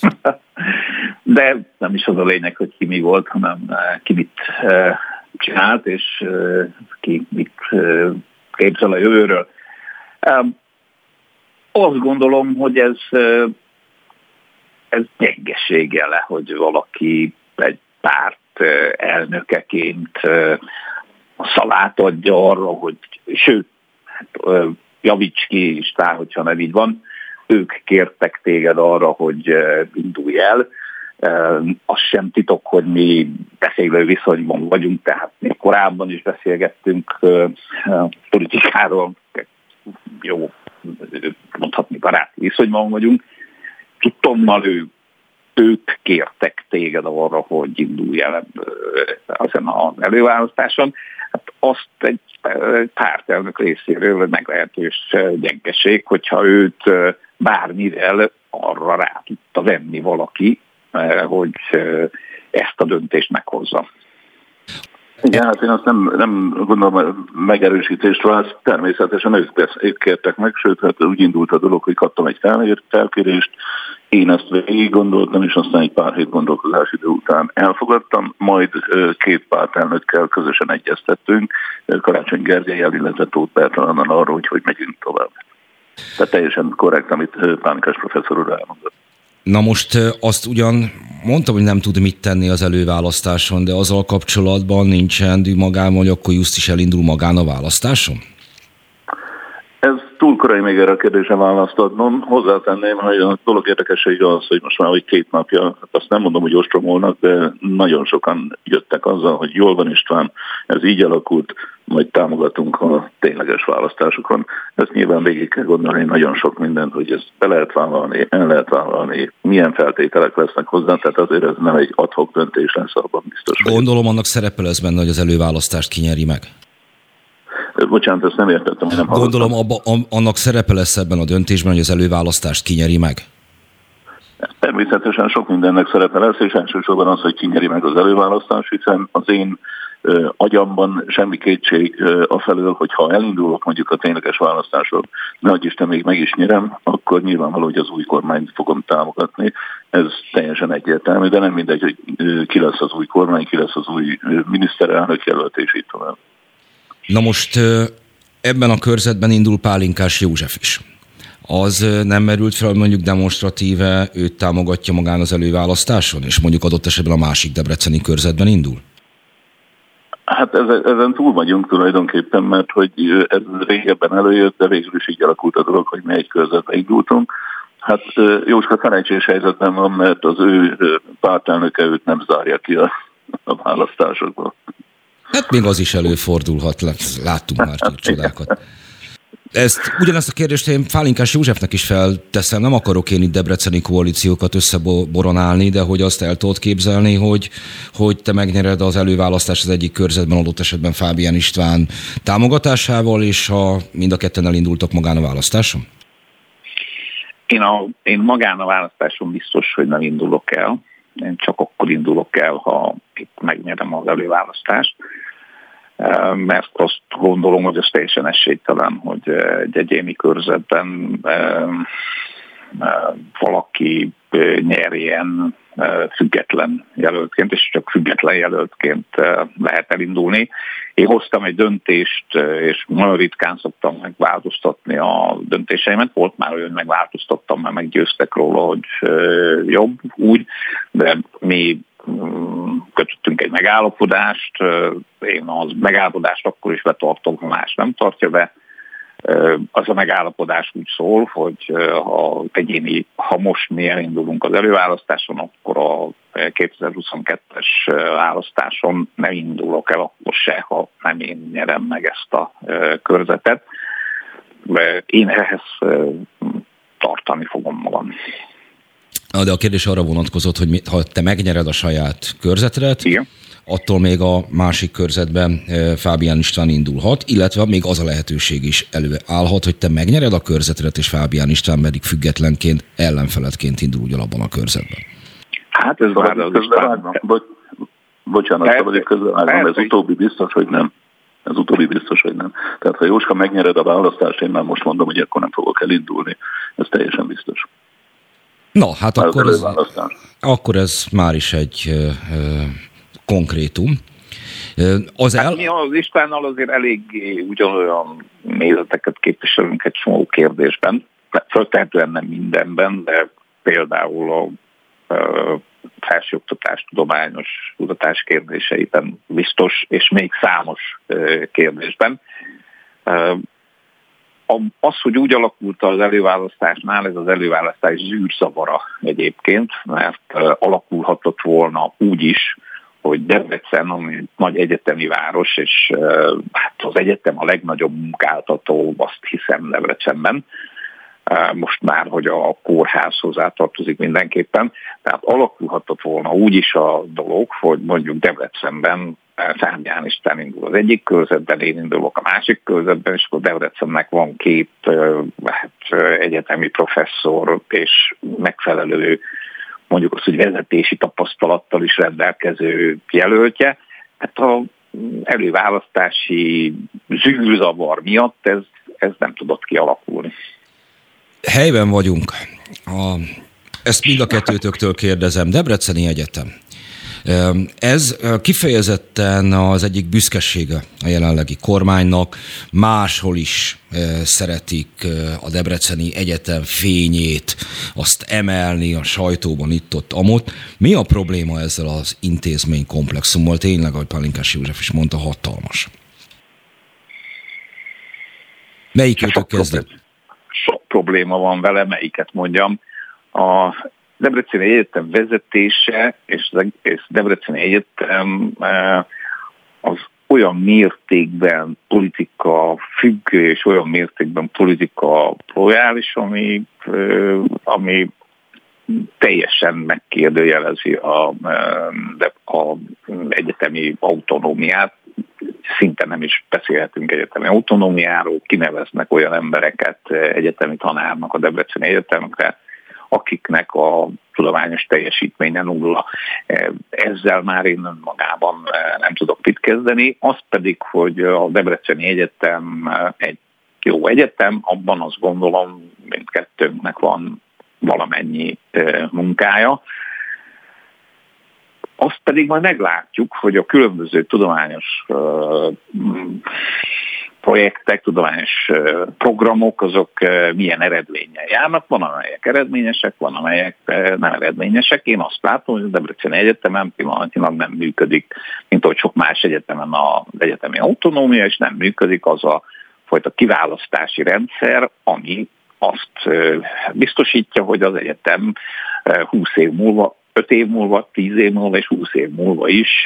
C: De nem is az a lényeg, hogy ki mi volt, hanem ki mit csinált, és ki mit képzel a jövőről. Azt gondolom, hogy ez gyengeség jele, hogy valaki egy párt elnökeként szalát adja arra, hogy sőt, javíts ki István, hogyha nem így van, ők kértek téged arra, hogy indulj el. Az sem titok, hogy mi beszélő viszonyban vagyunk, tehát még korábban is beszélgettünk politikáról, jó, mondhatni baráti viszonyban vagyunk. Tudtommal ők kértek téged arra, hogy indulj el ezen az előválasztáson. Hát azt egy pártelnök részéről meglehetős gyengeség, hogyha őt bármivel arra rá tudta venni valaki, hogy ezt a döntést meghozza.
D: Igen, hát én azt nem gondolom megerősítésről, hát természetesen ők kértek meg, sőt, hát úgy indult a dolog, hogy kaptam egy felkérést, Én ezt végig gondoltam, és aztán egy pár hét gondolkozás idő után elfogadtam, majd két pártelnökkel közösen egyeztettünk, Karácsony Gergellyel, illetve Tóth Bertalannal arról, hogy megyünk tovább. Tehát teljesen korrekt, amit Pálinkás professzor úr elmondott.
B: Na most azt ugyan mondtam, hogy nem tud mit tenni az előválasztáson, de azzal kapcsolatban nincsen dű magán, hogy akkor just is elindul magán a választáson?
D: Ez túl korai még erre a kérdésre választ adnom. Hozzátenném, hogy a dolog érdekessége az, hogy most már hogy 2 napja, hát azt nem mondom, hogy ostromolnak, de nagyon sokan jöttek azzal, hogy jól van István, ez így alakult, majd támogatunk a tényleges választásokon. Ezt nyilván végig kell gondolni nagyon sok mindent, hogy ezt be lehet vállalni, el lehet vállalni, milyen feltételek lesznek hozzá, tehát azért ez nem egy ad hoc döntés lesz, abban biztos.
B: Gondolom annak szerepel ez benne, hogy az előválasztást kinyeri meg.
D: Bocsánat, ezt nem értettem, nem hallottam.
B: Gondolom annak szerepe lesz ebben a döntésben, hogy az előválasztást kinyeri meg?
D: Természetesen sok mindennek szerepe lesz, és elsősorban az, hogy kinyeri meg az előválasztást, hiszen az én agyamban semmi kétség afelől, hogy ha elindulok mondjuk a tényleges választások, nagy Isten még meg is nyerem, akkor nyilvánvaló, hogy az új kormányt fogom támogatni. Ez teljesen egyértelmű, de nem mindegy, hogy ki lesz az új kormány, ki lesz az új miniszterelnök jelölt, és így tovább.
B: Na most ebben a körzetben indul Pálinkás József is. Az nem merült fel, hogy mondjuk demonstratíve őt támogatja magán az előválasztáson, és mondjuk adott esetben a másik debreceni körzetben indul?
D: Hát ezen túl vagyunk tulajdonképpen, mert hogy ez régebben előjött, de végül is így alakult a dolog, hogy mi egy körzetbe indultunk. Hát Jóska szerencsés helyzetben van, mert az ő pártelnöke őt nem zárja ki a választásokból.
B: Hát még az is előfordulhat, láttunk már csodákat. Ugyanezt a kérdést én Pálinkás Józsefnek is felteszem, nem akarok én itt debreceni koalíciókat összeboronálni, de hogy azt el tudod képzelni, hogy te megnyered az előválasztást az egyik körzetben, adott esetben Fábián István támogatásával, és mind a ketten elindultak magán a választáson?
C: Én magán a választáson biztos, hogy nem indulok el. Én csak akkor indulok el, ha itt megnyerem az előválasztást, mert azt gondolom, hogy ez teljesen esélytelen, hogy egy egyéni körzetben valaki nyerjen független jelöltként, és csak független jelöltként lehet elindulni. Én hoztam egy döntést, és nagyon ritkán szoktam megváltoztatni a döntéseimet. Volt már olyan, hogy megváltoztattam, mert meggyőztek róla, hogy jobb úgy, de mi kötöttünk egy megállapodást, én az megállapodást akkor is betartom, ha más nem tartja be. Az a megállapodás úgy szól, hogy ha most mi elindulunk az előválasztáson, akkor a 2022-es választáson nem indulok el akkor se, ha nem én nyerem meg ezt a körzetet. Én ehhez tartani fogom magam.
B: De a kérdés arra vonatkozott, hogy ha te megnyered a saját körzetedet, igen, attól még a másik körzetben Fábián István indulhat, illetve még az a lehetőség is előállhat, hogy te megnyered a körzetedet, és Fábián István pedig függetlenként, ellenfeledként indul ugyanabban a körzetben.
C: Hát ez már az István.
D: Bocsánat, szabad egy közbevágnom, ez utóbbi biztos, hogy nem. Tehát ha Jóska megnyered a választást, én már most mondom, hogy akkor nem fogok elindulni. Ez teljesen biztos.
B: Na, hát akkor ez már is egy konkrétum.
C: Mi az Istvánnal azért eléggé ugyanolyan nézeteket képviselünk egy csomó kérdésben. Föltehetően nem mindenben, de például a felsőoktatás tudományos kutatás kérdéseiben biztos, és még számos kérdésben. Az, hogy úgy alakult az előválasztásnál, ez az előválasztás zűrzavara egyébként, mert alakulhatott volna úgy is, hogy Debrecen, ami nagy egyetemi város, és hát az egyetem a legnagyobb munkáltató, azt hiszem Debrecenben, most már, hogy a kórház hozzátartozik mindenképpen. Tehát alakulhatott volna úgy is a dolog, hogy mondjuk Debrecenben Fábián István indul az egyik körzetben, én indulok a másik körzetben, és akkor Debrecennek van 2 egyetemi professzor és megfelelő, mondjuk azt, hogy vezetési tapasztalattal is rendelkező jelöltje. Hát az előválasztási zűrzavar miatt ez nem tudott kialakulni.
B: Helyben vagyunk. ezt mind a kettőtöktől kérdezem. Debreceni Egyetem. Ez kifejezetten az egyik büszkesége a jelenlegi kormánynak. Máshol is szeretik a Debreceni Egyetem fényét, azt emelni a sajtóban itt-ott amott. Mi a probléma ezzel az intézménykomplexummal? Tényleg, ahogy Pálinkás József is mondta, hatalmas. Melyikőtök kezdett?
C: Sok probléma van vele, melyiket mondjam. A Debreceni Egyetem vezetése és Debreceni Egyetem az olyan mértékben politika függő és olyan mértékben politika lojális, ami teljesen megkérdőjelezi a egyetemi autonómiát. Szinte nem is beszélhetünk egyetemi autonómiáról, kineveznek olyan embereket egyetemi tanárnak a Debreceni Egyetemre, akiknek a tudományos teljesítménye nulla. Ezzel már én magában nem tudok mit kezdeni. Az pedig, hogy a Debreceni Egyetem egy jó egyetem, abban azt gondolom, mindkettőnknek van valamennyi munkája. Azt pedig majd meglátjuk, hogy a különböző tudományos projektek, tudományos programok, azok milyen eredménnyel járnak. Van, amelyek eredményesek, van, amelyek nem eredményesek. Én azt látom, hogy a Debreceni Egyetemen pillanatnyilag nem működik, mint ahogy sok más egyetemen az egyetemi autonómia, és nem működik az a fajta kiválasztási rendszer, ami azt biztosítja, hogy az egyetem 20 év múlva, 5 év múlva, 10 év múlva és 20 év múlva is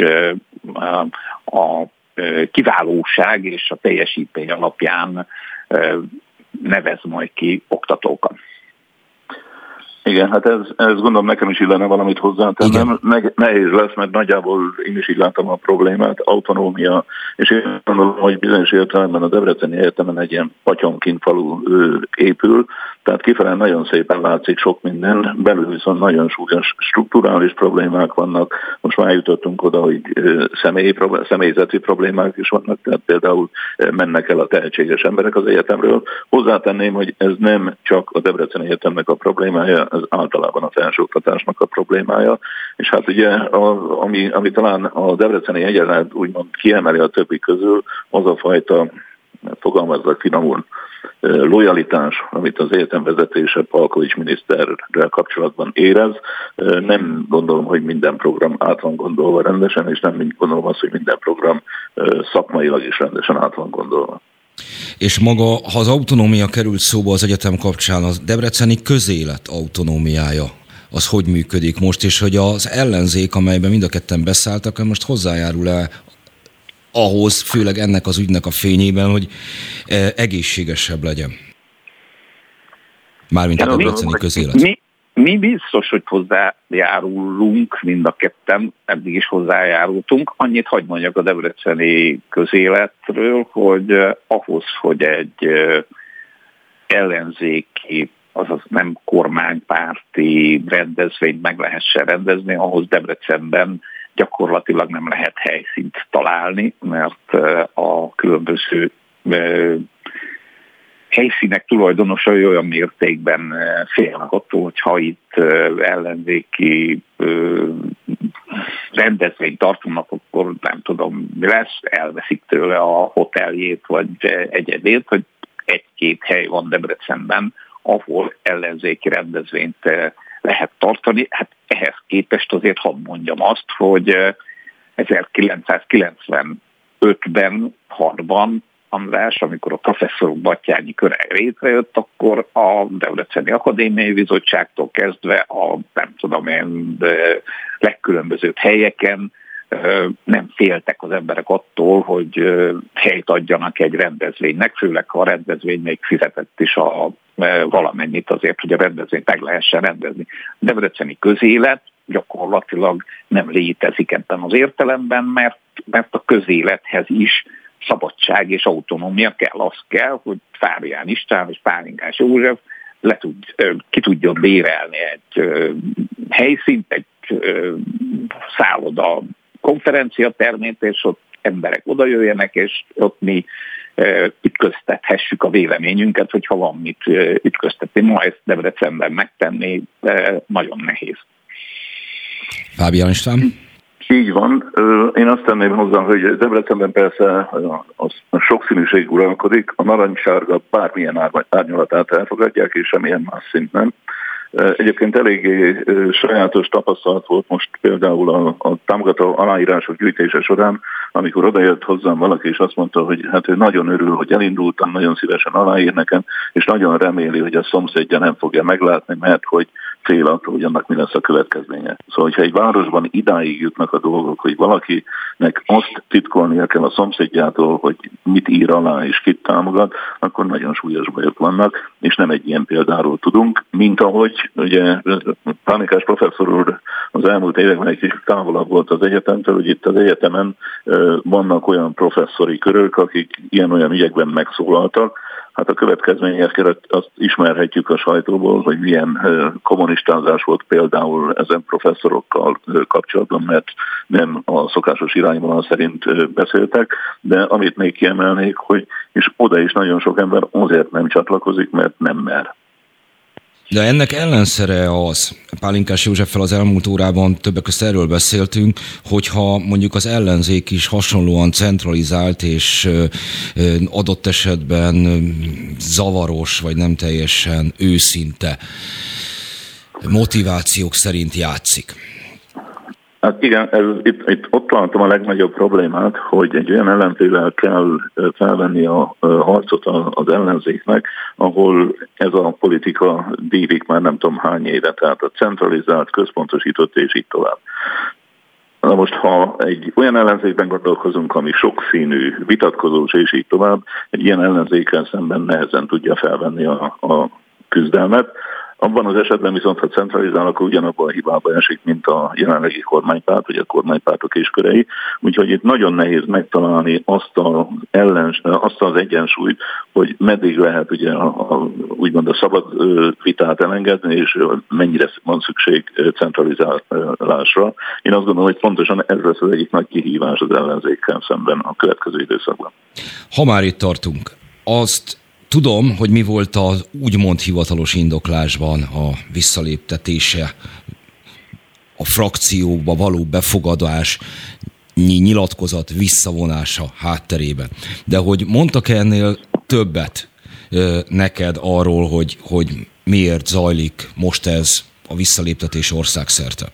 C: a kiválóság és a teljesítmény alapján nevez majd ki oktatókat.
D: Igen, hát ez gondolom nekem is illene valamit hozzátennem. Nehéz lesz, mert nagyjából én is így látom a problémát, autonómia, és én gondolom, hogy bizonyos értelemben a Debreceni Egyetemen egy ilyen patyomkint falu épül, tehát kifele nagyon szépen látszik sok minden, belül viszont nagyon súlyos strukturális problémák vannak. Most már jutottunk oda, hogy személyzeti problémák is vannak, tehát például mennek el a tehetséges emberek az egyetemről. Hozzátenném, hogy ez nem csak a Debreceni Egyetemnek a problémája, ez általában a felsőoktatásnak a problémája, és hát ugye, ami talán a Debreceni Egyetemet úgymond kiemeli a többi közül, az a fajta, fogalmazzak finomul, lojalitás, amit az egyetem vezetése Palkovics miniszterrel kapcsolatban érez. Nem gondolom, hogy minden program át van gondolva rendesen, és nem gondolom azt, hogy minden program szakmailag is rendesen át van gondolva.
B: És maga, ha az autonómia került szóba az egyetem kapcsán, az debreceni közélet autonómiája, az hogy működik most, és hogy az ellenzék, amelyben mind a ketten beszálltak, most hozzájárul-e ahhoz, főleg ennek az ügynek a fényében, hogy egészségesebb legyen? Mármint a debreceni közélet.
C: Mi biztos, hogy hozzájárulunk mind a ketten, eddig is hozzájárultunk. Annyit hadd mondjak a debreceni közéletről, hogy ahhoz, hogy egy ellenzéki, azaz nem kormánypárti rendezvényt meg lehessen rendezni, ahhoz Debrecenben gyakorlatilag nem lehet helyszínt találni, mert a különböző helyszínek tulajdonosai olyan mértékben félnek attól, hogyha itt ellenzéki rendezvényt tartanak, akkor nem tudom, mi lesz, elveszik tőle a hoteljét vagy egyedét, hogy egy-két hely van Debrecenben, ahol ellenzéki rendezvényt lehet tartani. Hát ehhez képest azért hadd mondjam azt, hogy 1995-ben, 6-ban, András, amikor a professzorok Batthyány köre létrejött, akkor a Debreceni Akadémiai Bizottságtól kezdve a nem tudom én legkülönbözőbb helyeken nem féltek az emberek attól, hogy helyt adjanak egy rendezvénynek, főleg ha a rendezvény még fizetett is valamennyit azért, hogy a rendezvényt meg lehessen rendezni. A debreceni közélet gyakorlatilag nem létezik ebben az értelemben, mert a közélethez is szabadság és autonómia kell. Az kell, hogy Fábián István és Pálinkás József ki tudjon bérelni egy helyszínt, egy szálloda konferenciatermét, és ott emberek odajöjjenek, és ott mi ütköztethessük a véleményünket, hogyha van mit ütköztetni. Ma ezt Debrecenben megtenni nagyon nehéz.
B: Fábián István?
D: Így van. Én azt tenném hozzá, hogy Debrecenben persze a sokszínűség uralkodik, a narancssárga bármilyen árnyalatát elfogadják, és semmilyen más szint nem. Egyébként eléggé sajátos tapasztalat volt most például a támogató aláírások gyűjtése során, amikor odajött hozzám valaki, és azt mondta, hogy hát ő nagyon örül, hogy elindultam, nagyon szívesen aláír nekem, és nagyon reméli, hogy a szomszédja nem fogja meglátni, mert hogy fél attól, hogy annak mi lesz a következménye. Szóval, hogyha egy városban idáig jutnak a dolgok, hogy valakinek azt titkolnia kell a szomszédjától, hogy mit ír alá és kit támogat, akkor nagyon súlyos bajok vannak, és nem egy ilyen példáról tudunk, mint ahogy ugye Pálinkás professzor úr az elmúlt években egy kicsit távolabb volt az egyetemtől, hogy itt az egyetemen vannak olyan professzori körök, akik ilyen-olyan ügyekben megszólaltak. Hát a következményeket azt ismerhetjük a sajtóból, hogy milyen kommunistázás volt például ezen professzorokkal kapcsolatban, mert nem a szokásos irányvonal szerint beszéltek, de amit még kiemelnék, hogy és oda is nagyon sok ember azért nem csatlakozik, mert nem mer.
B: De ennek ellenszere az, Pálinkás Józseffel az elmúlt órában többek között erről beszéltünk, hogyha mondjuk az ellenzék is hasonlóan centralizált és adott esetben zavaros, vagy nem teljesen őszinte motivációk szerint játszik.
D: Hát igen, itt ott látom a legnagyobb problémát, hogy egy olyan ellenféllel kell felvenni a harcot az ellenzéknek, ahol ez a politika dívik már nem tudom hány éve, tehát a centralizált, központosított és így tovább. Na most, ha egy olyan ellenzékben gondolkozunk, ami sokszínű, vitatkozós és így tovább, egy ilyen ellenzékkel szemben nehezen tudja felvenni a küzdelmet. Abban az esetben viszont, ha centralizál, akkor ugyanabban a hibába esik, mint a jelenlegi kormánypárt, vagy a kormánypártok és körei. Úgyhogy itt nagyon nehéz megtalálni azt az egyensúlyt, hogy meddig lehet ugye úgymond a szabad vitát elengedni, és mennyire van szükség centralizálásra. Én azt gondolom, hogy pontosan ez lesz az egyik nagy kihívás az ellenzékkel szemben a következő időszakban.
B: Ha már itt tartunk, azt tudom, hogy mi volt az úgymond hivatalos indoklásban a visszaléptetése, a frakcióba való befogadás, nyilatkozat visszavonása hátterében. De hogy mondtak ennél többet neked arról, hogy miért zajlik most ez a visszaléptetés országszerte?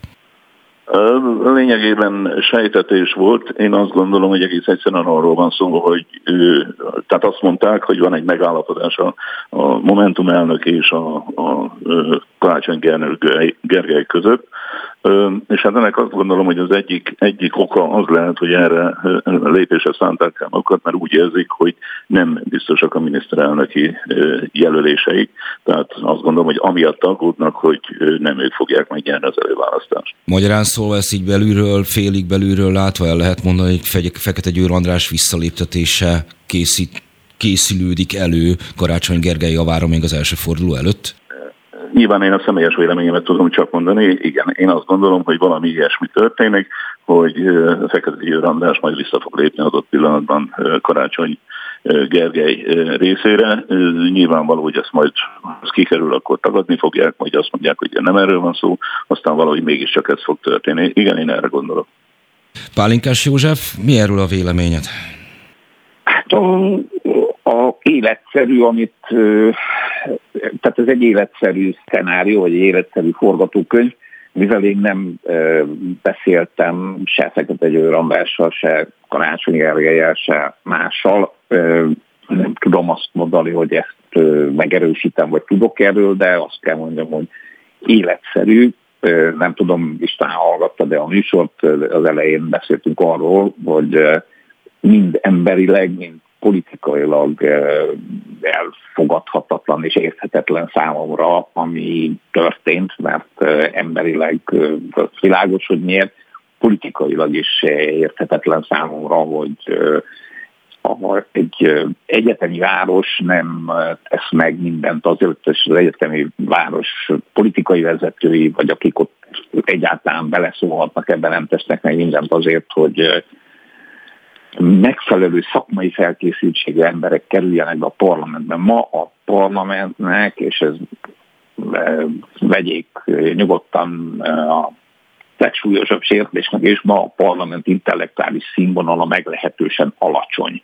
D: Lényegében sejtetés volt. Én azt gondolom, hogy egész egyszerűen arról van szó, hogy tehát azt mondták, hogy van egy megállapodás a Momentum elnök és a Karácsony Gergely között, és hát ennek azt gondolom, hogy az egyik oka az lehet, hogy erre lépésre szánták el magukat, mert úgy érzik, hogy nem biztosak a miniszterelnöki jelöléseik, tehát azt gondolom, hogy amiatt aggódnak, hogy nem ők fogják megnyerni az előválasztást.
B: Magyarán szólva ezt így belülről, félig belülről látva el lehet mondani, hogy Fekete Győr András visszaléptetése készülődik elő Karácsony Gergely javára még az első forduló előtt?
D: Nyilván én a személyes véleményemet tudom csak mondani, igen, én azt gondolom, hogy valami ilyesmi történik, hogy Fekete Győr András majd vissza fog lépni adott pillanatban Karácsony Gergely részére. Nyilvánvaló, hogy ezt majd ha kikerül, akkor tagadni fogják, majd azt mondják, hogy nem erről van szó, aztán valahogy mégiscsak ez fog történni. Igen, én erre gondolok.
B: Pálinkás József, mi erről a véleményed?
C: Hát a életszerű, tehát ez egy életszerű szenárió, vagy egy életszerű forgatókönyv, mivel én nem beszéltem se Fekete Győr Andrással, se Karácsony Gergellyel, se mással, nem tudom azt mondani, hogy ezt megerősítem, vagy tudok erről, de azt kell mondjam, hogy életszerű. Nem tudom, István hallgatta, de a műsort az elején beszéltünk arról, hogy mind emberileg, mind politikailag elfogadhatatlan és érthetetlen számomra, ami történt, mert emberileg világos, hogy miért, politikailag is érthetetlen számomra, hogy egy egyetemi város nem tesz meg mindent azért, és az egyetemi város politikai vezetői, vagy akik ott egyáltalán beleszólhatnak ebben, nem tesznek meg mindent azért, hogy megfelelő szakmai felkészültségű emberek kerüljenek be a parlamentben. Ma a parlamentnek, és ez vegyék nyugodtan a legsúlyosabb sértésnek, és ma a parlament intellektuális színvonala meglehetősen alacsony.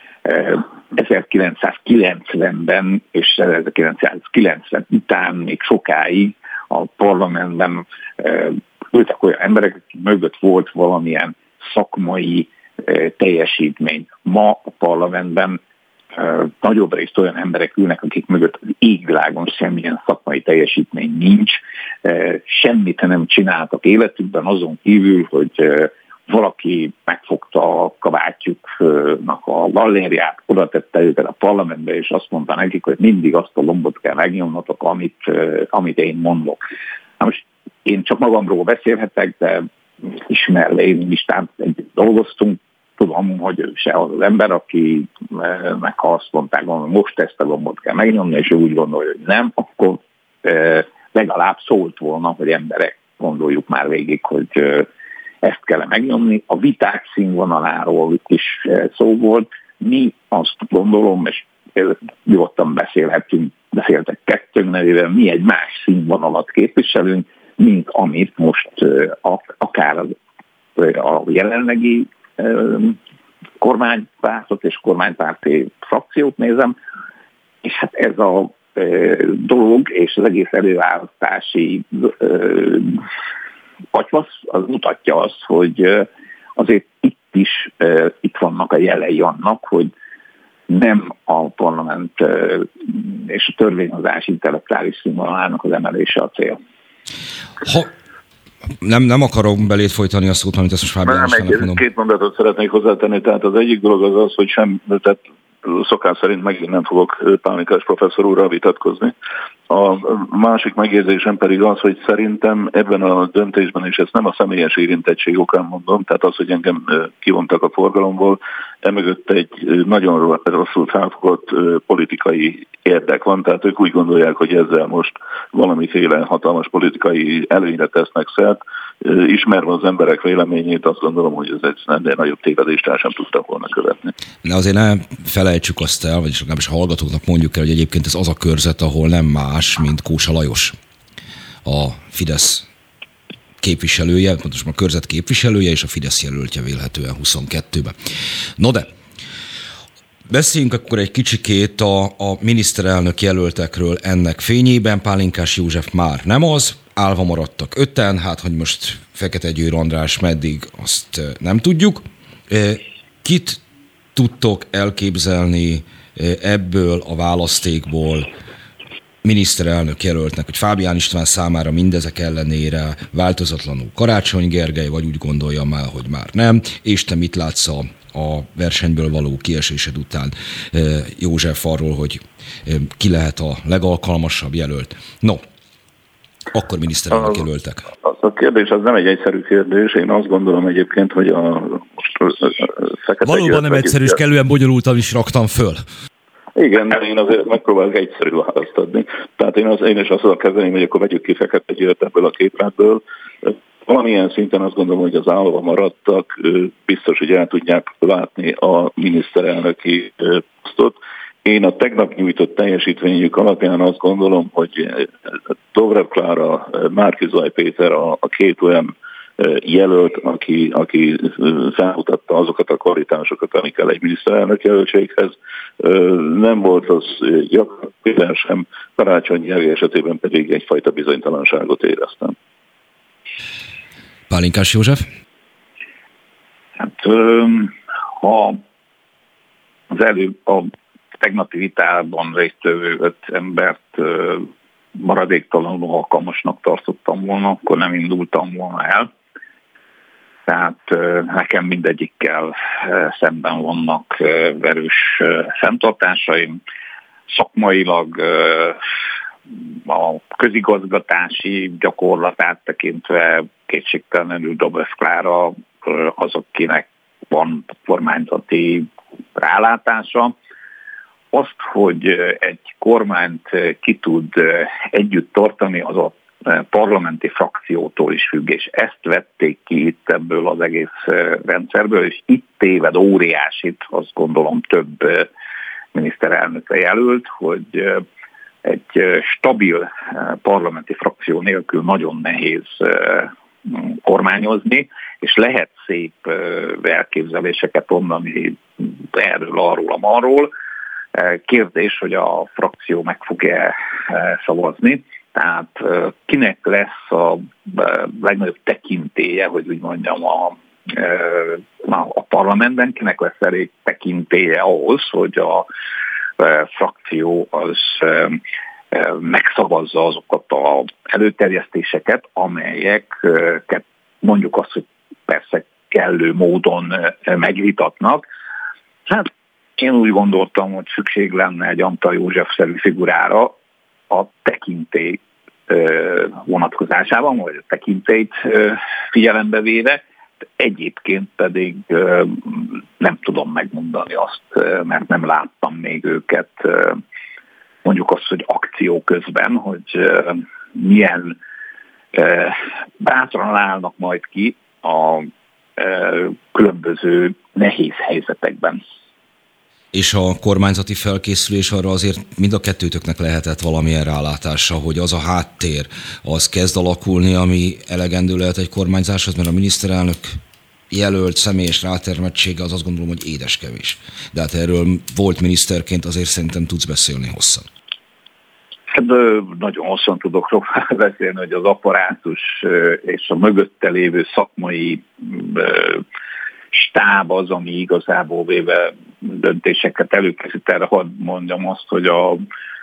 C: 1990-ben és 1990 után még sokáig a parlamentben ültek olyan emberek, akik mögött volt valamilyen szakmai teljesítmény. Ma a parlamentben nagyobb részt olyan emberek ülnek, akik mögött az égvilágon semmilyen szakmai teljesítmény nincs, semmit nem csináltak életükben, azon kívül, hogy valaki megfogta a kabátjuknak a gallériát, oda tette őket a parlamentbe, és azt mondta nekik, hogy mindig azt a lombot kell megnyomnotok, amit én mondok. Na most én csak magamról beszélhetek, de ismervén listán együtt dolgoztunk, tudom, hogy ő se az ember, akinek azt mondták, hogy most ezt a gombot kell megnyomni, és ő úgy gondolja, hogy nem, akkor legalább szólt volna, hogy emberek, gondoljuk már végig, hogy ezt kell megnyomni. A viták színvonaláról is szó volt. Mi azt gondolom, és nyugodtan beszéltek kettőnk nevében, mi egy más színvonalat képviselünk, mint amit most akár a jelenlegi kormánypártot és kormánypárti frakciót nézem, és hát ez a dolog és az egész előválasztási agyvasz, az mutatja azt, hogy azért itt vannak a jelei annak, hogy nem a parlament és a törvényhozás intellektuális színvonalának az emelése a cél.
B: Nem akarom belét folytani a szót, amit ezt most Fábián Istvánnak mondom.
D: Két mondatot szeretnék hozzátenni, tehát az egyik dolog az, hogy tehát szokás szerint megint nem fogok Pálinkás professzor úrral vitatkozni. A másik megjegyzésem pedig az, hogy szerintem ebben a döntésben, és ezt nem a személyes érintettség okán mondom, tehát az, hogy engem kivontak a forgalomból, emögött egy nagyon rosszul felfogott politikai érdek van, tehát ők úgy gondolják, hogy ezzel most valamiféle hatalmas politikai előnyre tesznek szert. Ismerve az emberek véleményét, azt gondolom, hogy ez egy ennél nagyobb tévedést el sem tudtak volna követni.
B: De azért ne felejtsük azt el, vagyis legalábbis a hallgatóknak mondjuk el, hogy egyébként ez az a körzet, ahol nem más, mint Kósa Lajos, a Fidesz képviselője, pontosan a körzet képviselője és a Fidesz jelöltje vélhetően 22-ben. No de, beszéljünk akkor egy kicsikét a miniszterelnök jelöltekről ennek fényében. Pálinkás József már nem az, állva maradtak 5-en, hát hogy most Fekete Győr András meddig, azt nem tudjuk. Kit tudtok elképzelni ebből a választékból miniszterelnök jelöltnek, hogy Fábián István számára mindezek ellenére változatlanul Karácsony Gergely, vagy úgy gondolja már, hogy már nem, és te mit látsz a versenyből való kiesésed után, József, arról, hogy ki lehet a legalkalmasabb jelölt? No, akkor miniszterelnök jelöltek.
D: A kérdés az nem egy egyszerű kérdés. Én azt gondolom egyébként, hogy
B: valóban nem egyszerű, és kellően bonyolultan is raktam föl.
D: Igen, de én azért megpróbálok egyszerű választ adni. Tehát én is azt kezdeném, hogy akkor vegyük ki Fekete Győrt ebből a képletből. Valamilyen szinten azt gondolom, hogy az állva maradtak, biztos, hogy el tudják látni a miniszterelnöki posztot. Én a tegnap nyújtott teljesítményük alapján azt gondolom, hogy Dobrev Klára, Márki-Zay Péter a két olyan jelölt, aki felmutatta azokat a kvalitásokat, amik kell egy miniszterelnök jelöltséghez. Nem volt az gyakran sem, Karácsony Gergely esetében pedig egyfajta bizonytalanságot éreztem.
B: Pálinkás József?
C: Hát ha az előbb a tegnapi vitában résztvevő 5 embert maradéktalanul alkalmasnak tartottam volna, akkor nem indultam volna el. Tehát nekem mindegyikkel szemben vannak erős fenntartásaim. Szakmailag a közigazgatási gyakorlatát tekintve kétségtelenül Dobrev Klára az, akinek van kormányzati rálátása. Azt, hogy egy kormányt ki tud együtt tartani, az a parlamenti frakciótól is függ, és ezt vették ki itt ebből az egész rendszerből, és itt téved óriásit, azt gondolom több miniszterelnökre jelölt, hogy egy stabil parlamenti frakció nélkül nagyon nehéz kormányozni, és lehet szép elképzeléseket mondani erről, arról, amarról. Kérdés, hogy a frakció meg fog-e szavazni. Tehát kinek lesz a legnagyobb tekintélye, hogy úgy mondjam, a parlamentben, kinek lesz elég tekintélye ahhoz, hogy a frakció az megszavazza azokat az előterjesztéseket, amelyeket mondjuk azt, hogy persze kellő módon megvitatnak. Hát én úgy gondoltam, hogy szükség lenne egy Antall József-szerű figurára a tekintély vonatkozásában, vagy a tekintélyt figyelembe véve. Egyébként pedig nem tudom megmondani azt, mert nem láttam még őket, mondjuk azt, hogy akció közben, hogy milyen bátran állnak majd ki a különböző nehéz helyzetekben.
B: És a kormányzati felkészülés arra azért mind a kettőtöknek lehetett valamilyen rálátása, hogy az a háttér, az kezd alakulni, ami elegendő lehet egy kormányzáshoz, mert a miniszterelnök jelölt személyes rátermettsége az azt gondolom, hogy édeskevés. De hát erről volt miniszterként, azért szerintem tudsz beszélni hosszan.
C: Hát nagyon hosszan tudok róla beszélni, hogy az apparátus és a mögötte lévő szakmai stáb az, ami igazából véve döntéseket előkészít. Erre hadd mondjam azt, hogy a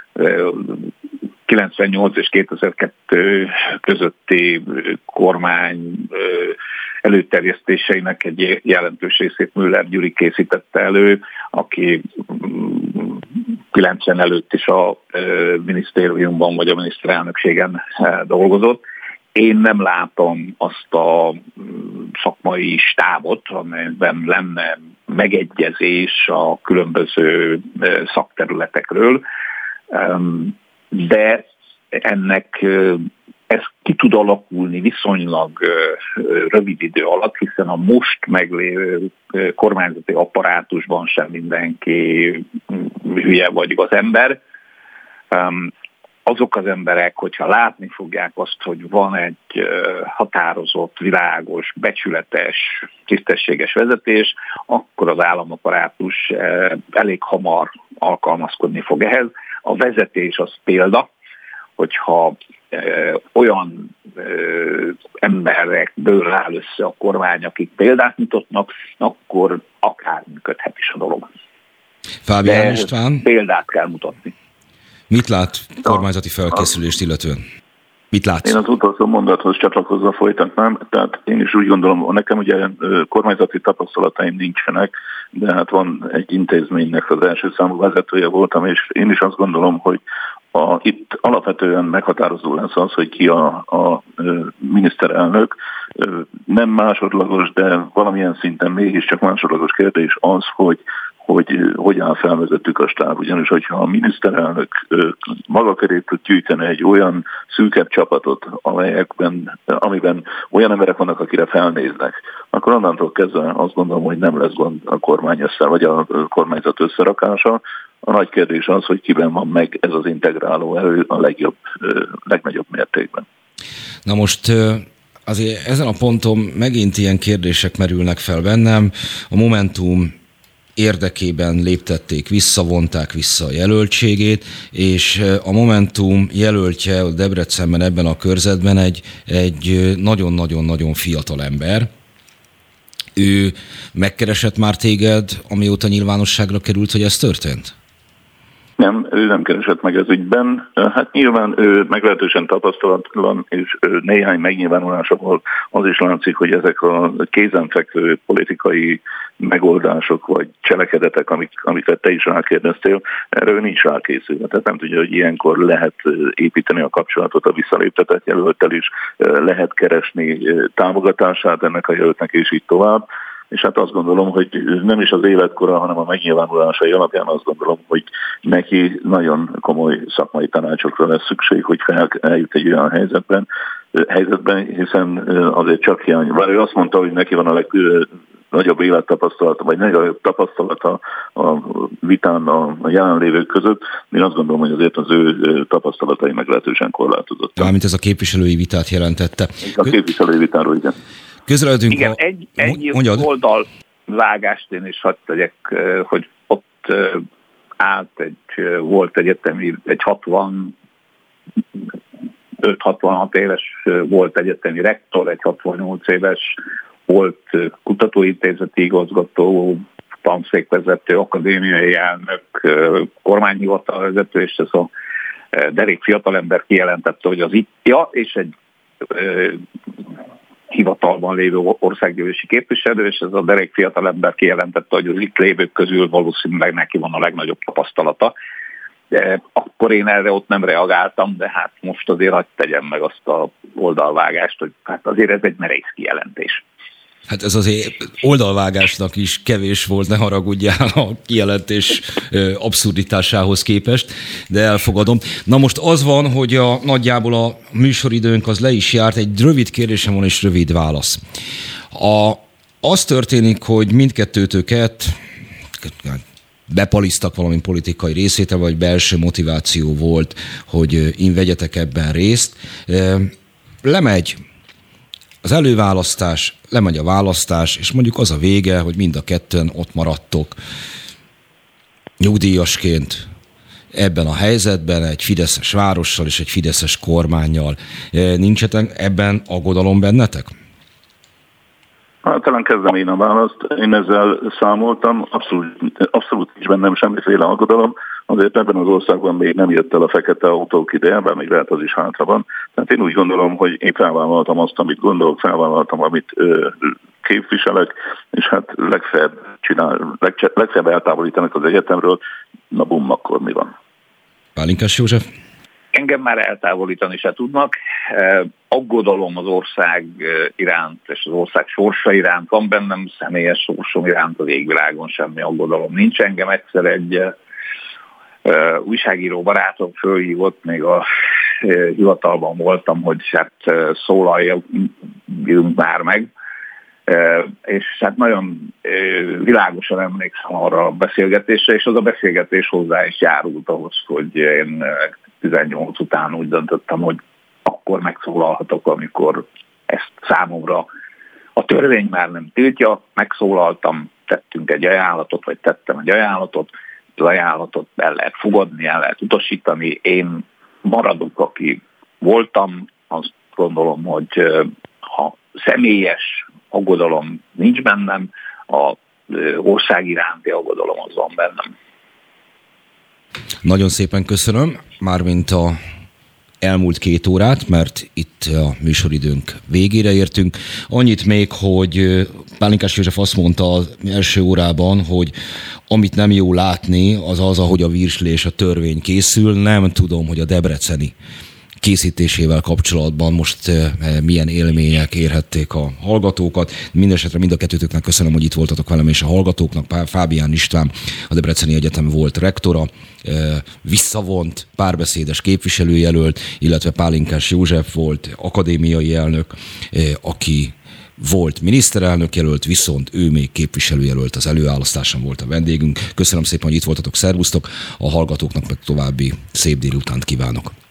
C: 98 és 2002 közötti kormány előterjesztéseinek egy jelentős részét Müller Gyuri készítette elő, aki 90 előtt is a minisztériumban vagy a miniszterelnökségen dolgozott. Én nem látom azt a szakmai stábot, amelyben lenne megegyezés a különböző szakterületekről, de ennek ez ki tud alakulni viszonylag rövid idő alatt, hiszen a most meglévő kormányzati apparátusban sem mindenki hülye vagy igaz ember. Azok az emberek, hogyha látni fogják azt, hogy van egy határozott, világos, becsületes, tisztességes vezetés, akkor az államapparátus elég hamar alkalmazkodni fog ehhez. A vezetés az példa, hogyha olyan emberekből áll össze a kormány, akik példát mutatnak, akkor akár működhet is a dolog.
B: Fábián István,
C: példát kell mutatni.
B: Mit lát kormányzati felkészülést illetően? Mit látsz?
D: Én az utolsó mondathoz csatlakozva folytatnám, tehát én is úgy gondolom, nekem ugye kormányzati tapasztalataim nincsenek, de hát van egy intézménynek az első számú vezetője voltam, és én is azt gondolom, hogy itt alapvetően meghatározó lesz az, hogy ki a miniszterelnök. Nem másodlagos, de valamilyen szinten mégiscsak másodlagos kérdés az, hogy áll felvezettük a stáb. Ugyanis, hogyha a miniszterelnök maga köré tud gyűjteni egy olyan szűkebb csapatot, amiben olyan emberek vannak, akire felnéznek, akkor onnantól kezdve azt gondolom, hogy nem lesz gond a kormány vagy a kormányzat összerakása. A nagy kérdés az, hogy kiben van meg ez az integráló erő a legnagyobb mértékben.
B: Na most azért ezen a ponton megint ilyen kérdések merülnek fel bennem. A Momentum érdekében léptették, vonták vissza a jelöltségét, és a Momentum jelöltje Debrecenben ebben a körzetben egy nagyon-nagyon-nagyon fiatal ember. Ő megkeresett már téged, amióta nyilvánosságra került, hogy ez történt?
D: Nem, ő nem keresett meg ez ügyben. Hát nyilván ő meglehetősen tapasztalatlan, és néhány megnyilvánulásából az is látszik, hogy ezek a kézenfekvő politikai megoldások vagy cselekedetek, amiket te is rákérdeztél, erről nincs rákészülve. Tehát nem tudja, hogy ilyenkor lehet építeni a kapcsolatot a visszaléptetett jelölttel is, lehet keresni támogatását ennek a jelöltnek, és így tovább. és hát azt gondolom, hogy nem is az életkora, hanem a megnyilvánulásai alapján azt gondolom, hogy neki nagyon komoly szakmai tanácsokra lesz szükség, hogy eljut egy olyan helyzetben, hiszen azért csak hiány. Bár ő azt mondta, hogy neki van a legnagyobb élettapasztalata, vagy nagyobb tapasztalata a vitán a jelenlévők között. Én azt gondolom, hogy azért az ő tapasztalatai meglehetősen korlátozott.
B: Mármint ez a képviselői vitát jelentette.
D: A képviselői vitáról, igen.
B: Közreadunk
C: igen, egy oldalvágást én is hadd tegyek, hogy ott volt egyetemi, egy 65-66 éves volt egyetemi rektor, egy 68 éves volt kutatóintézeti igazgató, tanszékvezető, akadémiai elnök, kormányhivatalvezető, és ez a derék fiatalember kijelentette, hogy az ITja és egy hivatalban lévő országgyűlési képviselő, és ez a derék fiatalember kijelentette, hogy az itt lévők közül valószínűleg neki van a legnagyobb tapasztalata. De akkor én erre ott nem reagáltam, de hát most azért hadd tegyem meg azt a oldalvágást, hogy hát azért ez egy merész kijelentés.
B: Hát ez azért oldalvágásnak is kevés volt, ne haragudjál a kijelentés abszurditásához képest, de elfogadom. Na most az van, hogy nagyjából a műsoridőnk az le is járt, egy rövid kérdésem van és rövid válasz. Az történik, hogy mindkettőtöket bepalisztak valami politikai részvétel, vagy belső motiváció volt, hogy én vegyetek ebben részt. Lemegy az előválasztás, lemegy a választás, és mondjuk az a vége, hogy mind a ketten ott maradtok nyugdíjasként ebben a helyzetben, egy fideszes várossal és egy fideszes kormánnyal. Nincsetek ebben aggodalom bennetek?
D: Hát talán kezdem én a választ. Én ezzel számoltam, abszolút nincs bennem semmiféle aggodalom. Azért ebben az országban még nem jött el a fekete autók ideje, bár még lehet az is hátra van. Tehát én úgy gondolom, hogy én felvállaltam azt, amit gondolok, felvállaltam, amit képviselek, és hát legfeljebb eltávolítanak az egyetemről, na bum, akkor mi van?
B: Pálinkás József?
C: Engem már eltávolítani se tudnak. Aggodalom az ország iránt és az ország sorsa iránt van bennem, személyes sorsom iránt az égvilágon semmi aggodalom nincs. Engem egyszer egy újságíró barátom fölhívott, még a hivatalban voltam, hogy hát szólaljunk már meg. És hát nagyon világosan emlékszem arra a beszélgetésre, és az a beszélgetés hozzá is járult ahhoz, hogy én 18 után úgy döntöttem, hogy akkor megszólalhatok, amikor ezt számomra a törvény már nem tiltja. Megszólaltam, tettünk egy ajánlatot, vagy tettem egy ajánlatot, az ajánlatot el lehet fogadni, el lehet utasítani. Én maradok, aki voltam, azt gondolom, hogy a személyes aggodalom nincs bennem, az ország iránti aggodalom az van bennem.
B: Nagyon szépen köszönöm, mármint a elmúlt 2 órát, mert itt a műsoridőnk végére értünk. Annyit még, hogy Pálinkás József azt mondta az első órában, hogy amit nem jó látni, az az, ahogy a virslés, a törvény készül. Nem tudom, hogy a debreceni készítésével kapcsolatban most milyen élmények érhették a hallgatókat. Mindenesetre mind a kettőtöknek köszönöm, hogy itt voltatok velem, és a hallgatóknak. Fábián István, a Debreceni Egyetem volt rektora, visszavont párbeszédes képviselőjelölt, illetve Pálinkás József volt akadémiai elnök, aki volt miniszterelnök jelölt, viszont ő még képviselőjelölt, az előválasztáson volt a vendégünk. Köszönöm szépen, hogy itt voltatok, szervusztok, a hallgatóknak meg további szép délutánt kívánok.